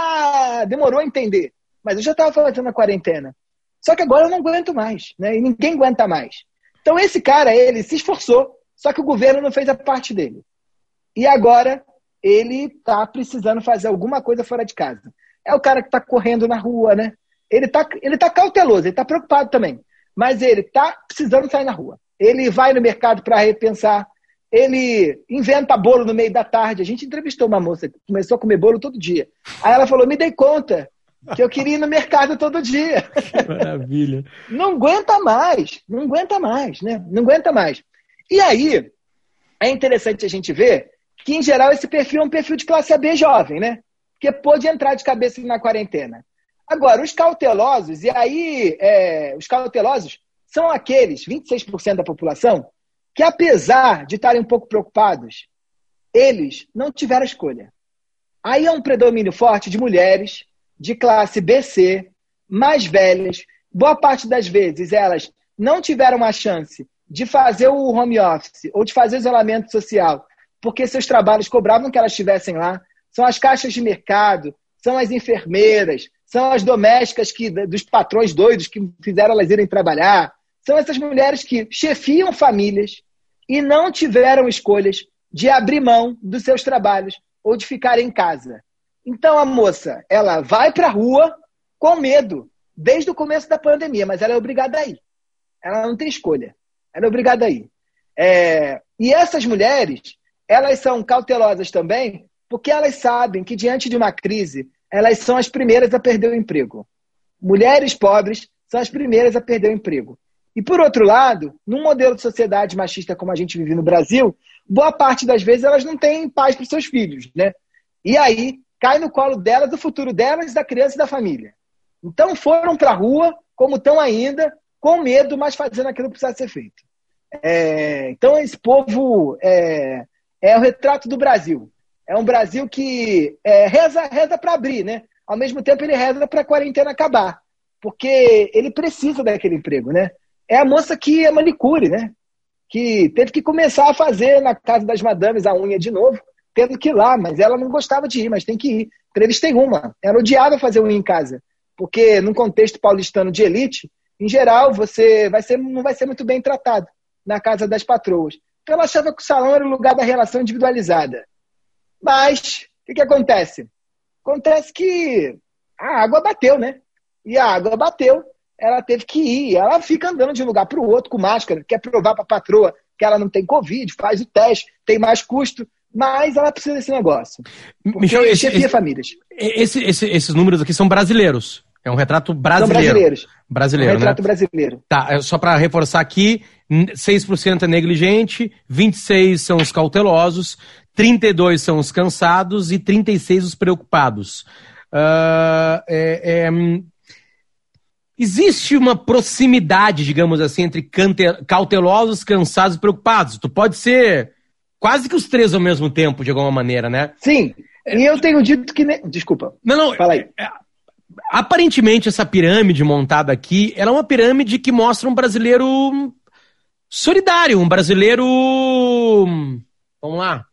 ela demorou a entender. Mas eu já estava fazendo a quarentena. Só que agora eu não aguento mais, né? E ninguém aguenta mais. Então esse cara, ele se esforçou, só que o governo não fez a parte dele. E agora ele está precisando fazer alguma coisa fora de casa. É o cara que está correndo na rua, né? Ele tá cauteloso, ele está preocupado também. Mas ele está precisando sair na rua. Ele vai no mercado para repensar. Ele inventa bolo no meio da tarde. A gente entrevistou uma moça que começou a comer bolo todo dia. Aí ela falou, me dei conta que eu queria ir no mercado todo dia. Que maravilha. Não aguenta mais, né? Não aguenta mais. E aí, é interessante a gente ver que, em geral, esse perfil é um perfil de classe AB jovem, né? Porque pôde entrar de cabeça na quarentena. Agora, os cautelosos, e aí, os cautelosos são aqueles 26% da população que, apesar de estarem um pouco preocupados, eles não tiveram escolha. Aí é um predomínio forte de mulheres de classe BC, mais velhas. Boa parte das vezes elas não tiveram a chance de fazer o home office ou de fazer o isolamento social, porque seus trabalhos cobravam que elas estivessem lá. São as caixas de mercado, são as enfermeiras, são as domésticas dos patrões doidos que fizeram elas irem trabalhar. São essas mulheres que chefiam famílias e não tiveram escolhas de abrir mão dos seus trabalhos ou de ficar em casa. Então a moça, ela vai para a rua com medo, desde o começo da pandemia, mas ela é obrigada a ir. Ela não tem escolha. Ela é obrigada a ir. E essas mulheres, elas são cautelosas também, porque elas sabem que diante de uma crise, elas são as primeiras a perder o emprego. Mulheres pobres são as primeiras a perder o emprego. E por outro lado, num modelo de sociedade machista como a gente vive no Brasil, boa parte das vezes elas não têm paz para os seus filhos, né? E aí cai no colo delas o futuro delas, da criança e da família. Então foram para a rua, como estão ainda, com medo, mas fazendo aquilo que precisa ser feito. Então esse povo é o retrato do Brasil. É um Brasil que reza para abrir, né? Ao mesmo tempo ele reza para a quarentena acabar, porque ele precisa daquele emprego, né? É a moça que é manicure, né? Que teve que começar a fazer na casa das madames a unha de novo, tendo que ir lá, mas ela não gostava de ir, mas tem que ir. Entrevistei uma. Ela odiava fazer unha em casa, porque num contexto paulistano de elite, em geral, você não vai ser muito bem tratado na casa das patroas. Então ela achava que o salão era o lugar da relação individualizada. Mas, o que acontece? Acontece que a água bateu, né? E a água bateu, ela teve que ir. Ela fica andando de um lugar para o outro com máscara, quer provar para a patroa que ela não tem Covid, faz o teste, tem mais custo. Mas ela precisa desse negócio. Michel, famílias. Esses números aqui são brasileiros. É um retrato brasileiro. São brasileiros. Brasileiro, um retrato né? brasileiro. Tá, só para reforçar aqui, 6% é negligente, 26% são os cautelosos, 32% são os cansados e 36% os preocupados. Existe uma proximidade, digamos assim, entre cautelosos, cansados e preocupados. Tu pode ser quase que os três ao mesmo tempo, de alguma maneira, né? Sim, e eu tenho dito que... Desculpa, não, fala aí. Aparentemente, essa pirâmide montada aqui, ela é uma pirâmide que mostra um brasileiro solidário, um brasileiro... Vamos lá.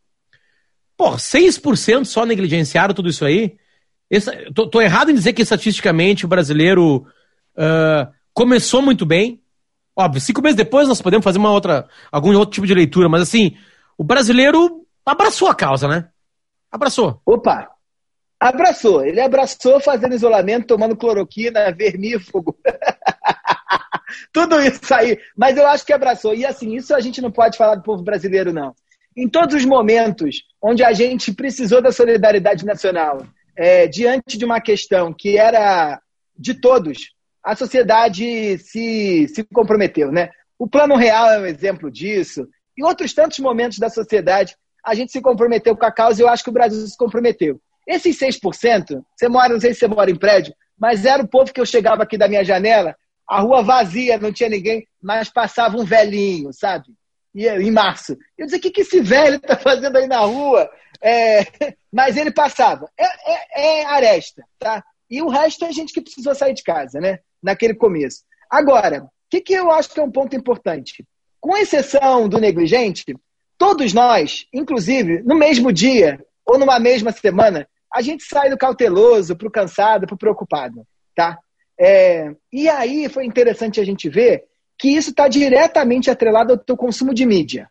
6% só negligenciaram tudo isso aí? Tô errado em dizer que, estatisticamente, o brasileiro começou muito bem. Óbvio, 5 meses depois nós podemos fazer algum outro tipo de leitura, mas assim, o brasileiro abraçou a causa, né? Abraçou. Opa! Abraçou. Ele abraçou fazendo isolamento, tomando cloroquina, vermífugo. Tudo isso aí. Mas eu acho que abraçou. E assim, isso a gente não pode falar do povo brasileiro, não. Em todos os momentos onde a gente precisou da solidariedade nacional, diante de uma questão que era de todos, a sociedade se comprometeu, né? O Plano Real é um exemplo disso. Em outros tantos momentos da sociedade, a gente se comprometeu com a causa e eu acho que o Brasil se comprometeu. Esses 6%, não sei se você mora em prédio, mas era o povo que eu chegava aqui da minha janela, a rua vazia, não tinha ninguém, mas passava um velhinho, sabe? Em março. Eu dizia, o que esse velho está fazendo aí na rua? Mas ele passava. É aresta, tá? E o resto é gente que precisou sair de casa, né? Naquele começo. Agora, o que eu acho que é um ponto importante? Com exceção do negligente, todos nós, inclusive, no mesmo dia ou numa mesma semana, a gente sai do cauteloso para o cansado, para o preocupado, tá? E aí foi interessante a gente ver que isso está diretamente atrelado ao teu consumo de mídia.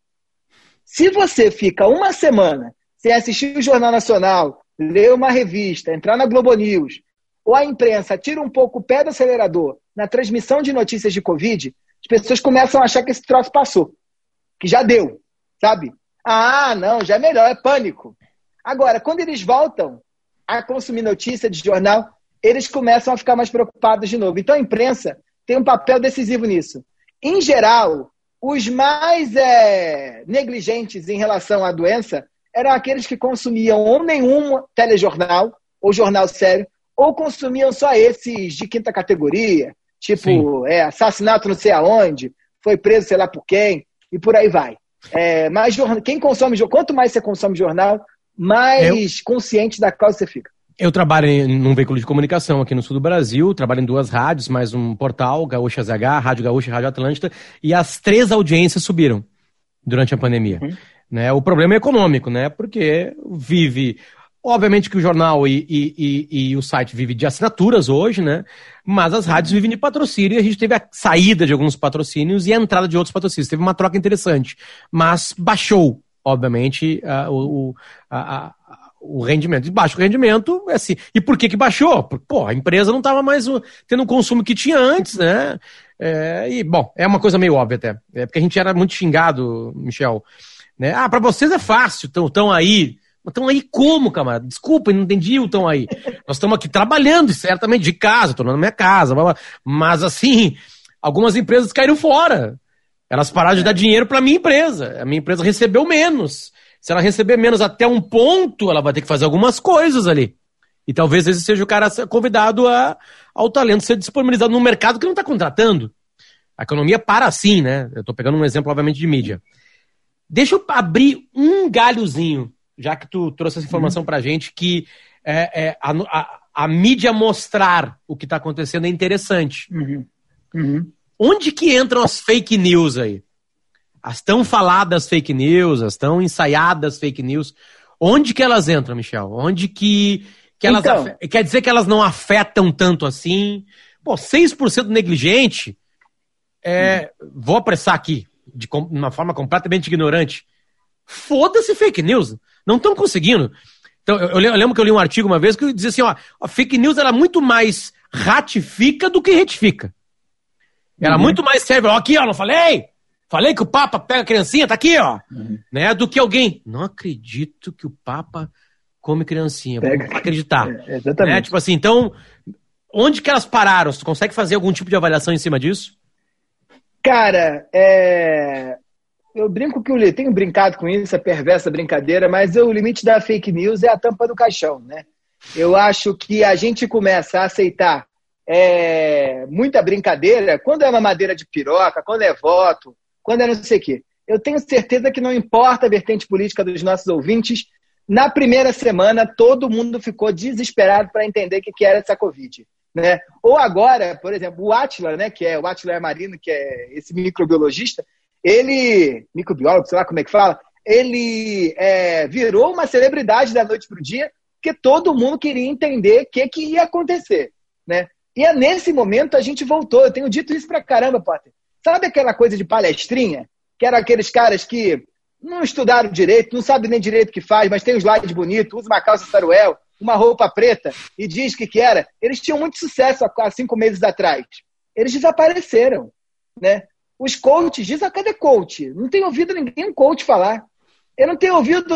Se você fica uma semana sem assistir o Jornal Nacional, ler uma revista, entrar na Globo News, ou a imprensa tira um pouco o pé do acelerador na transmissão de notícias de Covid, as pessoas começam a achar que esse troço passou, que já deu, sabe? Ah, não, já é melhor, é pânico. Agora, quando eles voltam a consumir notícia de jornal, eles começam a ficar mais preocupados de novo. Então a imprensa tem um papel decisivo nisso. Em geral, os mais negligentes em relação à doença eram aqueles que consumiam ou nenhum telejornal, ou jornal sério, ou consumiam só esses de quinta categoria, tipo assassinato não sei aonde, foi preso sei lá por quem, e por aí vai. Mas quem consome, quanto mais você consome jornal, mais consciente da causa você fica. Eu trabalho num veículo de comunicação aqui no sul do Brasil, trabalho em 2 rádios, mais um portal, Gaúcha ZH, Rádio Gaúcha e Rádio Atlântida, e as 3 audiências subiram durante a pandemia. Né? O problema é econômico, né? Porque obviamente que o jornal e o site vivem de assinaturas hoje, né? Mas as rádios vivem de patrocínio e a gente teve a saída de alguns patrocínios e a entrada de outros patrocínios. Teve uma troca interessante, mas baixou, obviamente, o rendimento. E baixo rendimento, assim. E por que baixou? Porque, a empresa não estava mais tendo o consumo que tinha antes, né? É uma coisa meio óbvia até. Porque a gente era muito xingado, Michel. Né? Pra vocês é fácil, estão aí. Estão aí como, camarada? Desculpa, não entendi o estão aí. Nós estamos aqui trabalhando, certamente, de casa, estou na minha casa. Mas, assim, algumas empresas caíram fora. Elas pararam de dar dinheiro para a minha empresa. A minha empresa recebeu menos. Se ela receber menos até um ponto, ela vai ter que fazer algumas coisas ali. E talvez esse seja o cara convidado ao talento ser disponibilizado no mercado que não está contratando. A economia para assim, né? Eu estou pegando um exemplo, obviamente, de mídia. Deixa eu abrir um galhozinho, já que tu trouxe essa informação pra gente, que a mídia mostrar o que está acontecendo é interessante. Onde que entram as fake news aí? As tão faladas fake news, as tão ensaiadas fake news, onde que elas entram, Michel? Onde que elas quer dizer que elas não afetam tanto assim? 6% negligente, vou apressar aqui, de uma forma completamente ignorante. Foda-se fake news, não estão conseguindo. Então, eu lembro que eu li um artigo uma vez que dizia assim, a fake news ela muito mais ratifica do que retifica. Ela muito mais serve, aqui, não falei? Falei que o Papa pega a criancinha, tá aqui, né? Do que alguém. Não acredito que o Papa come criancinha. Vou acreditar. Exatamente. Né? Tipo assim, então, onde que elas pararam? Você consegue fazer algum tipo de avaliação em cima disso? Cara, eu brinco que tenho brincado com isso, essa perversa brincadeira, mas o limite da fake news é a tampa do caixão, né? Eu acho que a gente começa a aceitar muita brincadeira quando é mamadeira de piroca, quando é voto, quando é não sei o quê. Eu tenho certeza que não importa a vertente política dos nossos ouvintes, na primeira semana todo mundo ficou desesperado para entender o que era essa Covid. Né? Ou agora, por exemplo, o Átila, né, que é o Átila Marino, que é esse microbiologista, microbiólogo, sei lá como é que fala, ele virou uma celebridade da noite para o dia, porque todo mundo queria entender o que ia acontecer. Né? E nesse momento a gente voltou. Eu tenho dito isso pra caramba, Potter. Sabe aquela coisa de palestrinha? Que eram aqueles caras que não estudaram direito, não sabem nem direito o que faz, mas tem um slide bonito, usa uma calça saruel, uma roupa preta e diz que era. Eles tinham muito sucesso há 5 meses atrás. Eles desapareceram. Né? Os coaches, cadê coach? Não tenho ouvido ninguém coach falar. Eu não tenho ouvido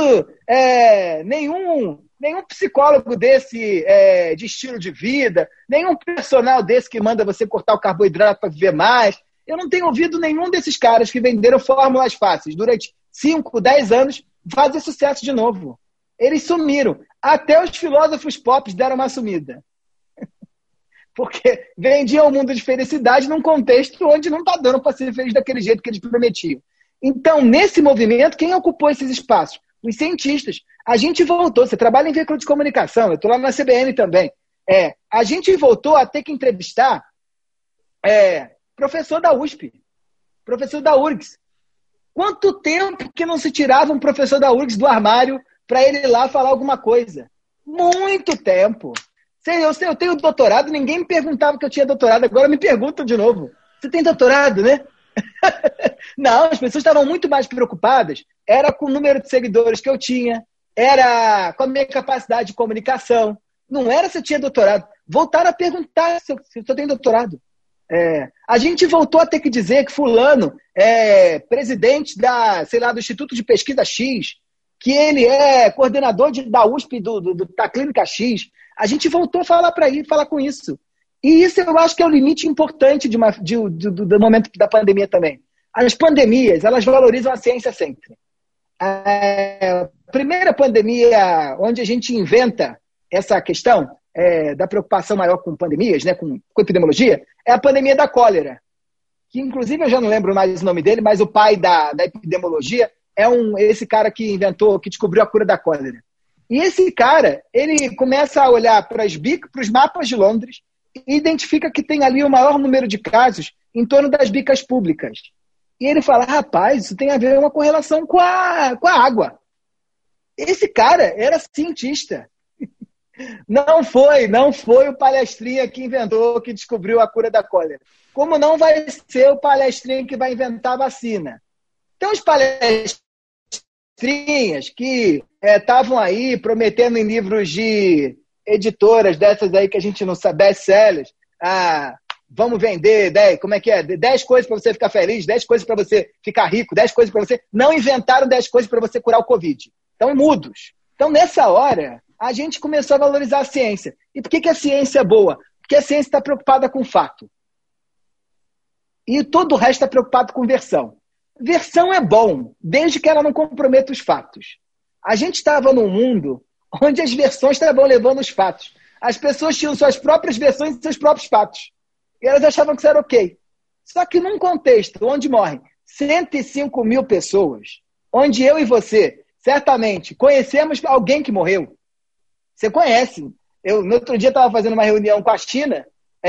nenhum psicólogo desse de estilo de vida, nenhum personal desse que manda você cortar o carboidrato para viver mais. Eu não tenho ouvido nenhum desses caras que venderam fórmulas fáceis durante 5, 10 anos fazer sucesso de novo. Eles sumiram. Até os filósofos pop deram uma sumida. Porque vendiam o mundo de felicidade num contexto onde não está dando para ser feliz daquele jeito que eles prometiam. Então, nesse movimento, quem ocupou esses espaços? Os cientistas. A gente voltou. Você trabalha em veículo de comunicação, eu estou lá na CBN também. A gente voltou a ter que entrevistar professor da USP, professor da URGS. Quanto tempo que não se tirava um professor da URGS do armário para ele ir lá falar alguma coisa? Muito tempo. Eu tenho doutorado, ninguém me perguntava que eu tinha doutorado, agora me perguntam de novo. Você tem doutorado, né? Não, as pessoas estavam muito mais preocupadas. Era com o número de seguidores que eu tinha, era com a minha capacidade de comunicação. Não era se eu tinha doutorado. Voltaram a perguntar se eu tenho doutorado. A gente voltou a ter que dizer que fulano é presidente do Instituto de Pesquisa X, que ele é coordenador da USP, da Clínica X. A gente voltou a falar falar com isso. E isso eu acho que é o limite importante do momento da pandemia também. As pandemias, elas valorizam a ciência sempre. A primeira pandemia onde a gente inventa essa questão da preocupação maior com pandemias, né, com epidemiologia, é a pandemia da cólera. Que, inclusive, eu já não lembro mais o nome dele, mas o pai da epidemiologia é esse cara que descobriu a cura da cólera. E esse cara, ele começa a olhar para os mapas de Londres e identifica que tem ali o maior número de casos em torno das bicas públicas. E ele fala, rapaz, isso tem a ver uma correlação com a água. Esse cara era cientista. Não foi o palestrinha que inventou, que descobriu a cura da cólera. Como não vai ser o palestrinha que vai inventar a vacina. Então, os palestrinhas que estavam aí prometendo em livros de editoras dessas aí que a gente não sabe, best-sellers, vamos vender 10, como é que é? 10 coisas para você ficar feliz, 10 coisas para você ficar rico, 10 coisas para você... Não inventaram 10 coisas para você curar o Covid. Estão mudos. Então, nessa hora, a gente começou a valorizar a ciência. E por que a ciência é boa? Porque a ciência está preocupada com fato. E todo o resto está preocupado com versão. Versão é bom, desde que ela não comprometa os fatos. A gente estava num mundo onde as versões estavam levando os fatos. As pessoas tinham suas próprias versões e seus próprios fatos. E elas achavam que isso era ok. Só que num contexto onde morrem 105 mil pessoas, onde eu e você, certamente, conhecemos alguém que morreu. Você conhece. No outro dia estava fazendo uma reunião com a China,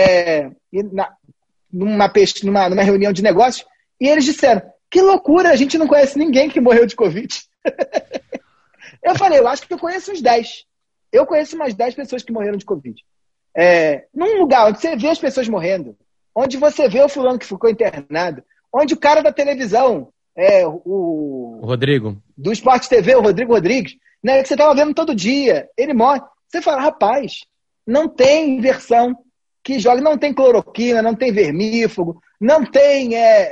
numa reunião de negócios, e eles disseram, que loucura, a gente não conhece ninguém que morreu de Covid. Eu falei, eu acho que eu conheço uns 10. Eu conheço umas 10 pessoas que morreram de Covid. Num lugar onde você vê as pessoas morrendo, onde você vê o fulano que ficou internado, onde o cara da televisão, o Rodrigo, do Sport TV, o Rodrigo Rodrigues, né, que você estava vendo todo dia, ele morre. Você fala, rapaz, não tem inversão que joga, não tem cloroquina, não tem vermífugo, não tem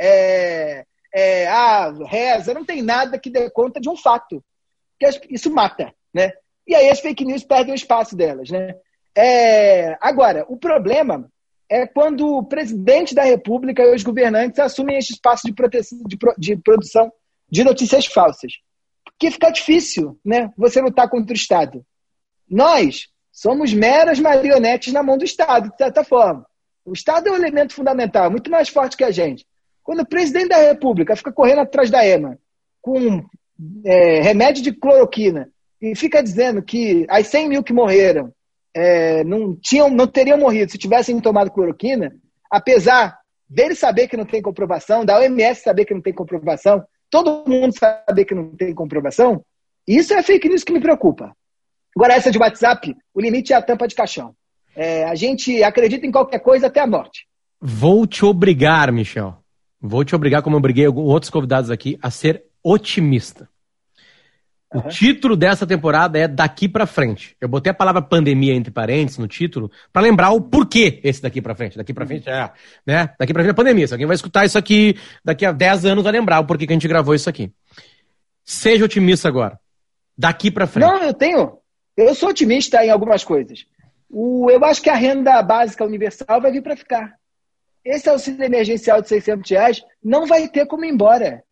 reza, não tem nada que dê conta de um fato. Isso mata, né? E aí as fake news perdem o espaço delas, né? Agora, o problema é quando o presidente da República e os governantes assumem esse espaço de produção de notícias falsas. Porque fica difícil, né, você lutar contra o Estado. Nós somos meras marionetes na mão do Estado, de certa forma. O Estado é um elemento fundamental, muito mais forte que a gente. Quando o presidente da República fica correndo atrás da EMA com remédio de cloroquina e fica dizendo que as 100 mil que morreram não teriam morrido se tivessem tomado cloroquina, apesar dele saber que não tem comprovação, da OMS saber que não tem comprovação, todo mundo saber que não tem comprovação, isso é fake news que me preocupa. Agora, essa de WhatsApp, o limite é a tampa de caixão. A gente acredita em qualquer coisa até a morte. Vou te obrigar, Michel. Vou te obrigar, como eu obriguei outros convidados aqui, a ser otimista. O título dessa temporada é Daqui Pra Frente. Eu botei a palavra pandemia entre parênteses no título para lembrar o porquê esse daqui pra frente. Daqui pra frente né? Daqui pra frente é pandemia. Se alguém vai escutar isso aqui daqui a 10 anos, vai lembrar o porquê que a gente gravou isso aqui. Seja otimista agora. Daqui pra frente. Não, eu sou otimista em algumas coisas. Eu acho que a renda básica universal vai vir para ficar. Esse auxílio emergencial de R$600 não vai ter como ir embora.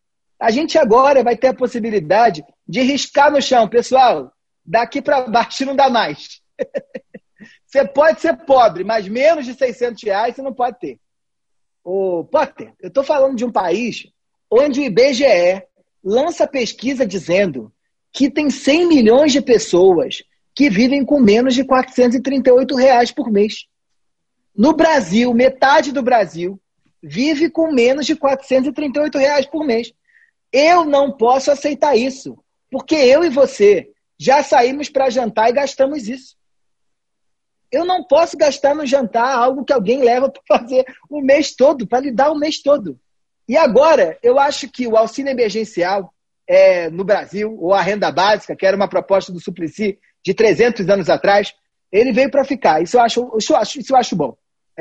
A gente agora vai ter a possibilidade de riscar no chão. Pessoal, daqui para baixo não dá mais. Você pode ser pobre, mas menos de R$600 você não pode ter. Ô, Potter, eu estou falando de um país onde o IBGE lança pesquisa dizendo que tem 100 milhões de pessoas que vivem com menos de R$438 por mês. No Brasil, metade do Brasil vive com menos de R$438 por mês. Eu não posso aceitar isso, porque eu e você já saímos para jantar e gastamos isso. Eu não posso gastar no jantar algo que alguém leva para fazer o mês todo, para lhe dar o mês todo. E agora, eu acho que o auxílio emergencial no Brasil, ou a renda básica, que era uma proposta do Suplicy de 300 anos atrás, ele veio para ficar. Isso eu acho bom.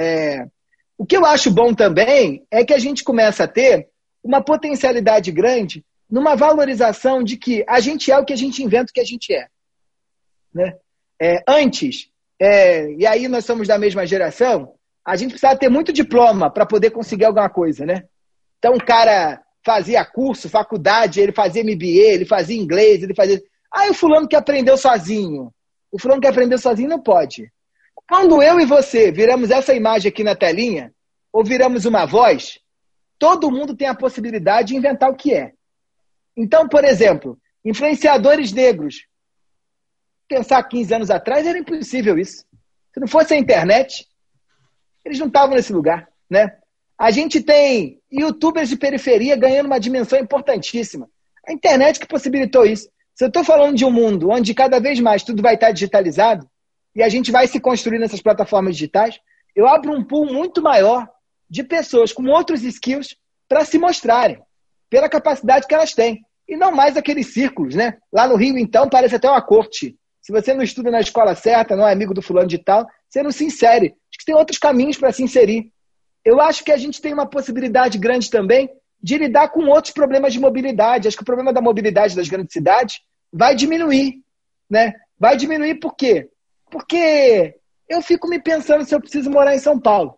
O que eu acho bom também é que a gente começa a ter uma potencialidade grande numa valorização de que a gente é o que a gente inventa o que a gente é. Né? Antes, e aí nós somos da mesma geração, a gente precisava ter muito diploma para poder conseguir alguma coisa, né? Então o cara fazia curso, faculdade, ele fazia MBA, ele fazia inglês, ele fazia... o fulano que aprendeu sozinho. O fulano que aprendeu sozinho não pode. Quando eu e você viramos essa imagem aqui na telinha, ou viramos uma voz, todo mundo tem a possibilidade de inventar o que é. Então, por exemplo, influenciadores negros. Pensar 15 anos atrás era impossível isso. Se não fosse a internet, eles não estavam nesse lugar, né? A gente tem youtubers de periferia ganhando uma dimensão importantíssima. A internet que possibilitou isso. Se eu estou falando de um mundo onde cada vez mais tudo vai estar digitalizado e a gente vai se construir nessas plataformas digitais, eu abro um pool muito maior de pessoas com outros skills para se mostrarem, pela capacidade que elas têm. E não mais aqueles círculos, né? Lá no Rio, então, parece até uma corte. Se você não estuda na escola certa, não é amigo do fulano de tal, você não se insere. Acho que tem outros caminhos para se inserir. Eu acho que a gente tem uma possibilidade grande também de lidar com outros problemas de mobilidade. Acho que o problema da mobilidade das grandes cidades vai diminuir, né? Vai diminuir por quê? Porque eu fico me pensando se eu preciso morar em São Paulo.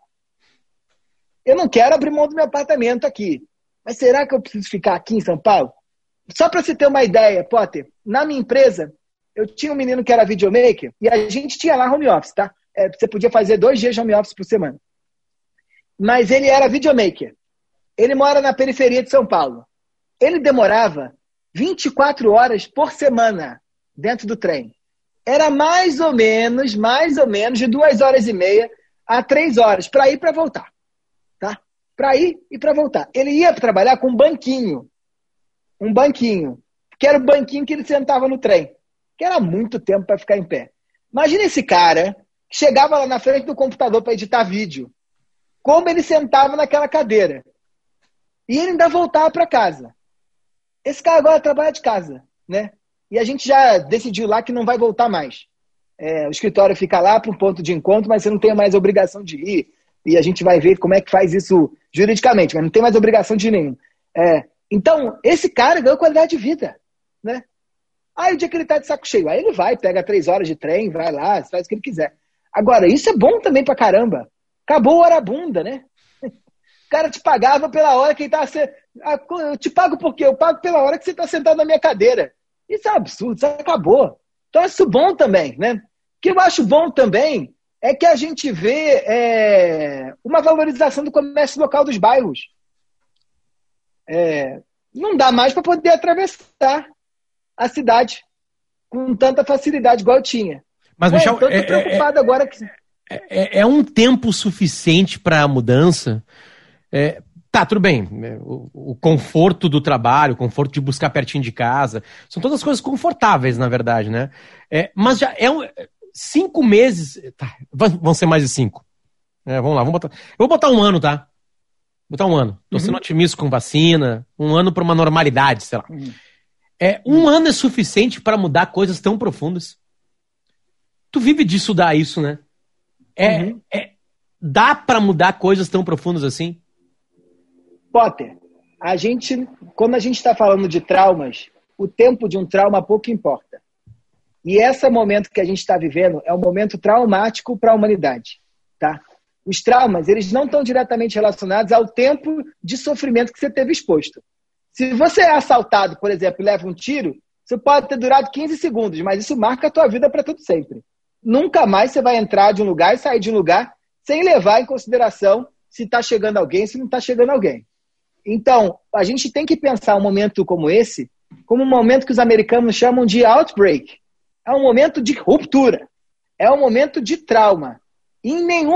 Eu não quero abrir mão do meu apartamento aqui. Mas será que eu preciso ficar aqui em São Paulo? Só para você ter uma ideia, Potter, na minha empresa, eu tinha um menino que era videomaker e a gente tinha lá home office, tá? Você podia fazer 2 dias de home office por semana. Mas ele era videomaker. Ele mora na periferia de São Paulo. Ele demorava 24 horas por semana dentro do trem. Era mais ou menos de 2 horas e meia a 3 horas para ir e para voltar. Tá? Para ir e para voltar. Ele ia trabalhar com um banquinho, que era o banquinho que ele sentava no trem, que era muito tempo para ficar em pé. Imagina esse cara que chegava lá na frente do computador para editar vídeo, como ele sentava naquela cadeira. E ele ainda voltava para casa. Esse cara agora trabalha de casa, né? E a gente já decidiu lá que não vai voltar mais. O escritório fica lá para um ponto de encontro, mas você não tem mais obrigação de ir. E a gente vai ver como é que faz isso juridicamente, mas não tem mais obrigação de ir nenhum. Então, esse cara ganhou qualidade de vida, né? Aí o dia que ele tá de saco cheio, aí ele vai, pega 3 horas de trem, vai lá, faz o que ele quiser. Agora, isso é bom também pra caramba. Acabou a hora bunda, né? O cara te pagava pela hora que ele tá... Eu te pago por quê? Eu pago pela hora que você tá sentado na minha cadeira. Isso é um absurdo, isso acabou. Então, isso é bom também, né? O que eu acho bom também é que a gente vê uma valorização do comércio local dos bairros. Não dá mais para poder atravessar a cidade com tanta facilidade igual eu tinha. Mas, Michel, então eu tô preocupado agora que... É um tempo suficiente para a mudança? Tá, tudo bem. O conforto do trabalho, o conforto de buscar pertinho de casa, são todas coisas confortáveis, na verdade, né? Mas já 5 meses... Tá, vão ser mais de 5. Vamos lá, eu vou botar 1 ano, tá? Vou botar 1 ano. Tô sendo otimista com vacina. 1 ano para uma normalidade, sei lá. 1 ano é suficiente para mudar coisas tão profundas? Tu vive de estudar isso, né? Dá para mudar coisas tão profundas assim? Potter, quando a gente está falando de traumas, o tempo de um trauma pouco importa. E esse momento que a gente está vivendo é um momento traumático para a humanidade. Tá? Os traumas, eles não estão diretamente relacionados ao tempo de sofrimento que você teve exposto. Se você é assaltado, por exemplo, e leva um tiro, isso pode ter durado 15 segundos, mas isso marca a tua vida para tudo sempre. Nunca mais você vai entrar de um lugar e sair de um lugar sem levar em consideração se está chegando alguém, se não está chegando alguém. Então, a gente tem que pensar um momento como esse como um momento que os americanos chamam de outbreak. É um momento de ruptura. É um momento de trauma. Em nenhum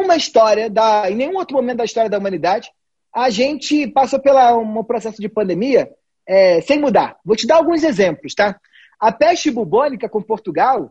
outro momento da história da humanidade, a gente passou por um processo de pandemia sem mudar. Vou te dar alguns exemplos, tá? A peste bubônica com Portugal,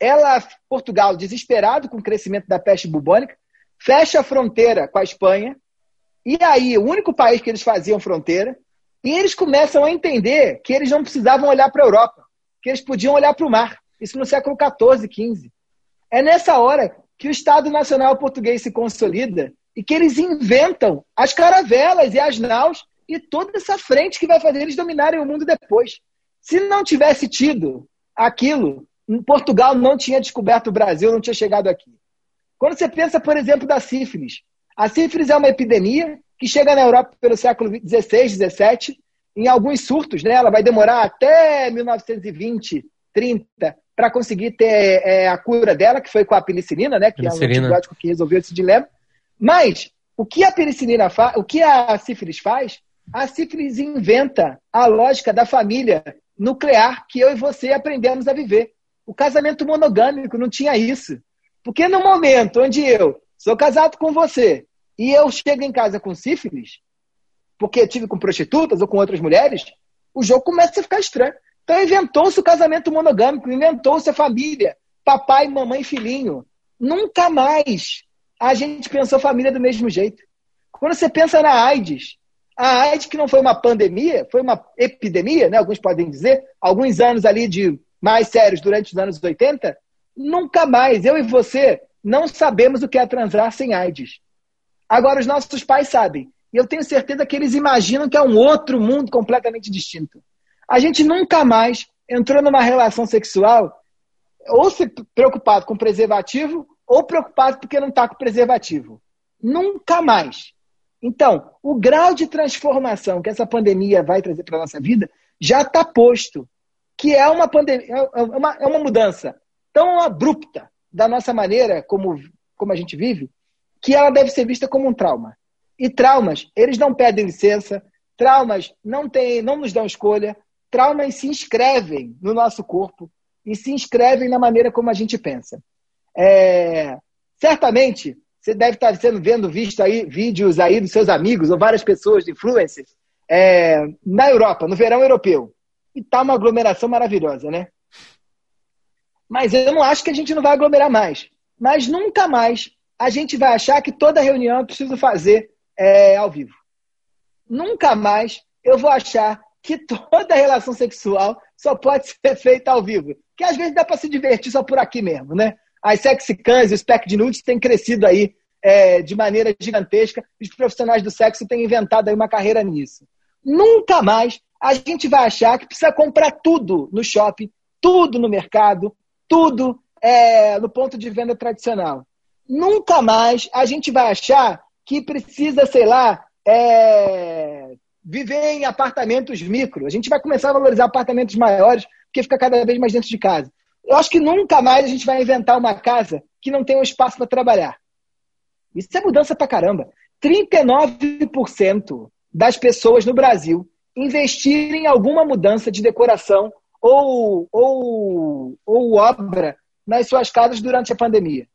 Portugal, desesperado com o crescimento da peste bubônica, fecha a fronteira com a Espanha, e aí o único país que eles faziam fronteira, e eles começam a entender que eles não precisavam olhar para a Europa, que eles podiam olhar para o mar. Isso no século XIV, XV. É nessa hora que o Estado Nacional Português se consolida e que eles inventam as caravelas e as naus e toda essa frente que vai fazer eles dominarem o mundo depois. Se não tivesse tido aquilo, Portugal não tinha descoberto o Brasil, não tinha chegado aqui. Quando você pensa, por exemplo, da sífilis. A sífilis é uma epidemia que chega na Europa pelo século XVI, XVII, em alguns surtos, né? Ela vai demorar até 1920, 30, para conseguir ter a cura dela, que foi com a penicilina, né? Que é um antibiótico que resolveu esse dilema. Mas o que a penicilina faz, o que a sífilis faz? A sífilis inventa a lógica da família nuclear que eu e você aprendemos a viver. O casamento monogâmico não tinha isso. Porque no momento onde eu sou casado com você e eu chego em casa com sífilis, porque eu tive com prostitutas ou com outras mulheres, o jogo começa a ficar estranho. Então inventou-se o casamento monogâmico, inventou-se a família, papai, mamãe, filhinho. Nunca mais a gente pensou família do mesmo jeito. Quando você pensa na AIDS, a AIDS que não foi uma pandemia, foi uma epidemia, né? Alguns podem dizer, alguns anos ali de mais sérios durante os anos 80, nunca mais, eu e você, não sabemos o que é transar sem AIDS. Agora os nossos pais sabem. E eu tenho certeza que eles imaginam que é um outro mundo completamente distinto. A gente nunca mais entrou numa relação sexual ou se preocupado com preservativo ou preocupado porque não está com preservativo. Nunca mais. Então, o grau de transformação que essa pandemia vai trazer para a nossa vida já está posto. Que é uma pandemia, é uma mudança tão abrupta da nossa maneira como a gente vive, que ela deve ser vista como um trauma. E traumas, eles não pedem licença, traumas não nos dão escolha, traumas se inscrevem no nosso corpo e se inscrevem na maneira como a gente pensa. Certamente, você deve estar vendo vídeos aí dos seus amigos ou várias pessoas, influencers, na Europa, no verão europeu. E tá uma aglomeração maravilhosa, né? Mas eu não acho que a gente não vai aglomerar mais. Mas nunca mais a gente vai achar que toda reunião eu preciso fazer ao vivo. Nunca mais eu vou achar que toda relação sexual só pode ser feita ao vivo. Que às vezes dá para se divertir só por aqui mesmo, né? As sexy cams e os pack de nudes têm crescido aí de maneira gigantesca. Os profissionais do sexo têm inventado aí uma carreira nisso. Nunca mais a gente vai achar que precisa comprar tudo no shopping, tudo no mercado, tudo no ponto de venda tradicional. Nunca mais a gente vai achar que precisa, sei lá, viver em apartamentos micro. A gente vai começar a valorizar apartamentos maiores, porque fica cada vez mais dentro de casa. Eu acho que nunca mais a gente vai inventar uma casa que não tenha um espaço para trabalhar. Isso é mudança pra caramba. 39% das pessoas no Brasil investirem em alguma mudança de decoração ou obra nas suas casas durante a pandemia.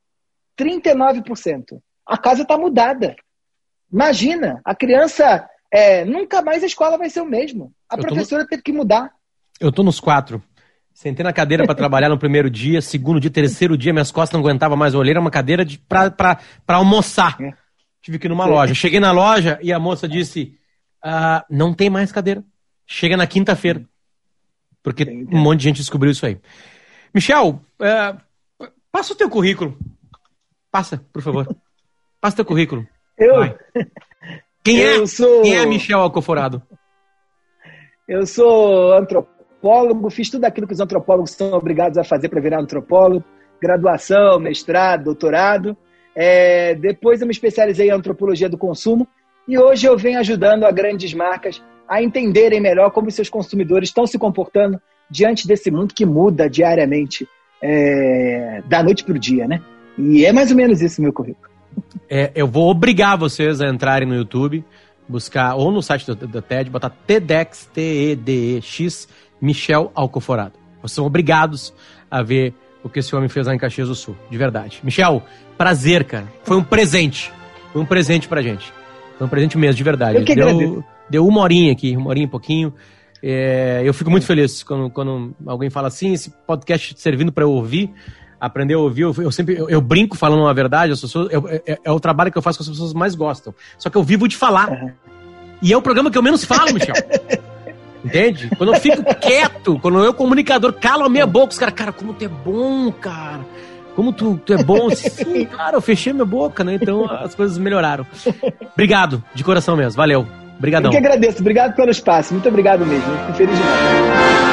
39%. A casa está mudada. Imagina, a criança... nunca mais a escola vai ser o mesmo. A professora teve que mudar. Eu tô nos 4. Sentei na cadeira para trabalhar no primeiro dia, segundo dia, terceiro dia, minhas costas não aguentavam mais olhar, era uma cadeira para almoçar. Tive que ir numa loja. Cheguei na loja e a moça disse, não tem mais cadeira. Chega na quinta-feira. Porque um monte de gente descobriu isso aí. Michel, passa o teu currículo. Passa, por favor. Passa o teu currículo. Vai. Quem é Michel Alcoforado? Eu sou antropólogo, fiz tudo aquilo que os antropólogos são obrigados a fazer para virar antropólogo. Graduação, mestrado, doutorado. Depois eu me especializei em antropologia do consumo e hoje eu venho ajudando a grandes marcas a entenderem melhor como os seus consumidores estão se comportando diante desse mundo que muda diariamente, da noite para o dia, né? E é mais ou menos isso o meu currículo. Eu vou obrigar vocês a entrarem no YouTube, buscar, ou no site da TED, botar TEDx, TEDx, Michel Alcoforado. Vocês são obrigados a ver o que esse homem fez lá em Caxias do Sul, de verdade. Michel, prazer, cara. Foi um presente. Foi um presente pra gente. Foi um presente mesmo, de verdade. Eu que agradeço. Deu uma horinha aqui, uma horinha e pouquinho. Eu fico muito feliz quando alguém fala assim, esse podcast servindo pra eu ouvir, aprender a ouvir. Eu brinco falando a verdade, é o trabalho que eu faço que as pessoas mais gostam. Só que eu vivo de falar. Uhum. E é o programa que eu menos falo, Michel. Entende? Quando eu fico quieto, quando eu, comunicador, calo a minha boca, os caras, cara, como tu é bom, cara. Como tu é bom. Sim, cara, eu fechei minha boca, né? Então as coisas melhoraram. Obrigado, de coração mesmo. Valeu. Obrigadão. Eu que agradeço. Obrigado pelo espaço. Muito obrigado mesmo. Fico feliz demais.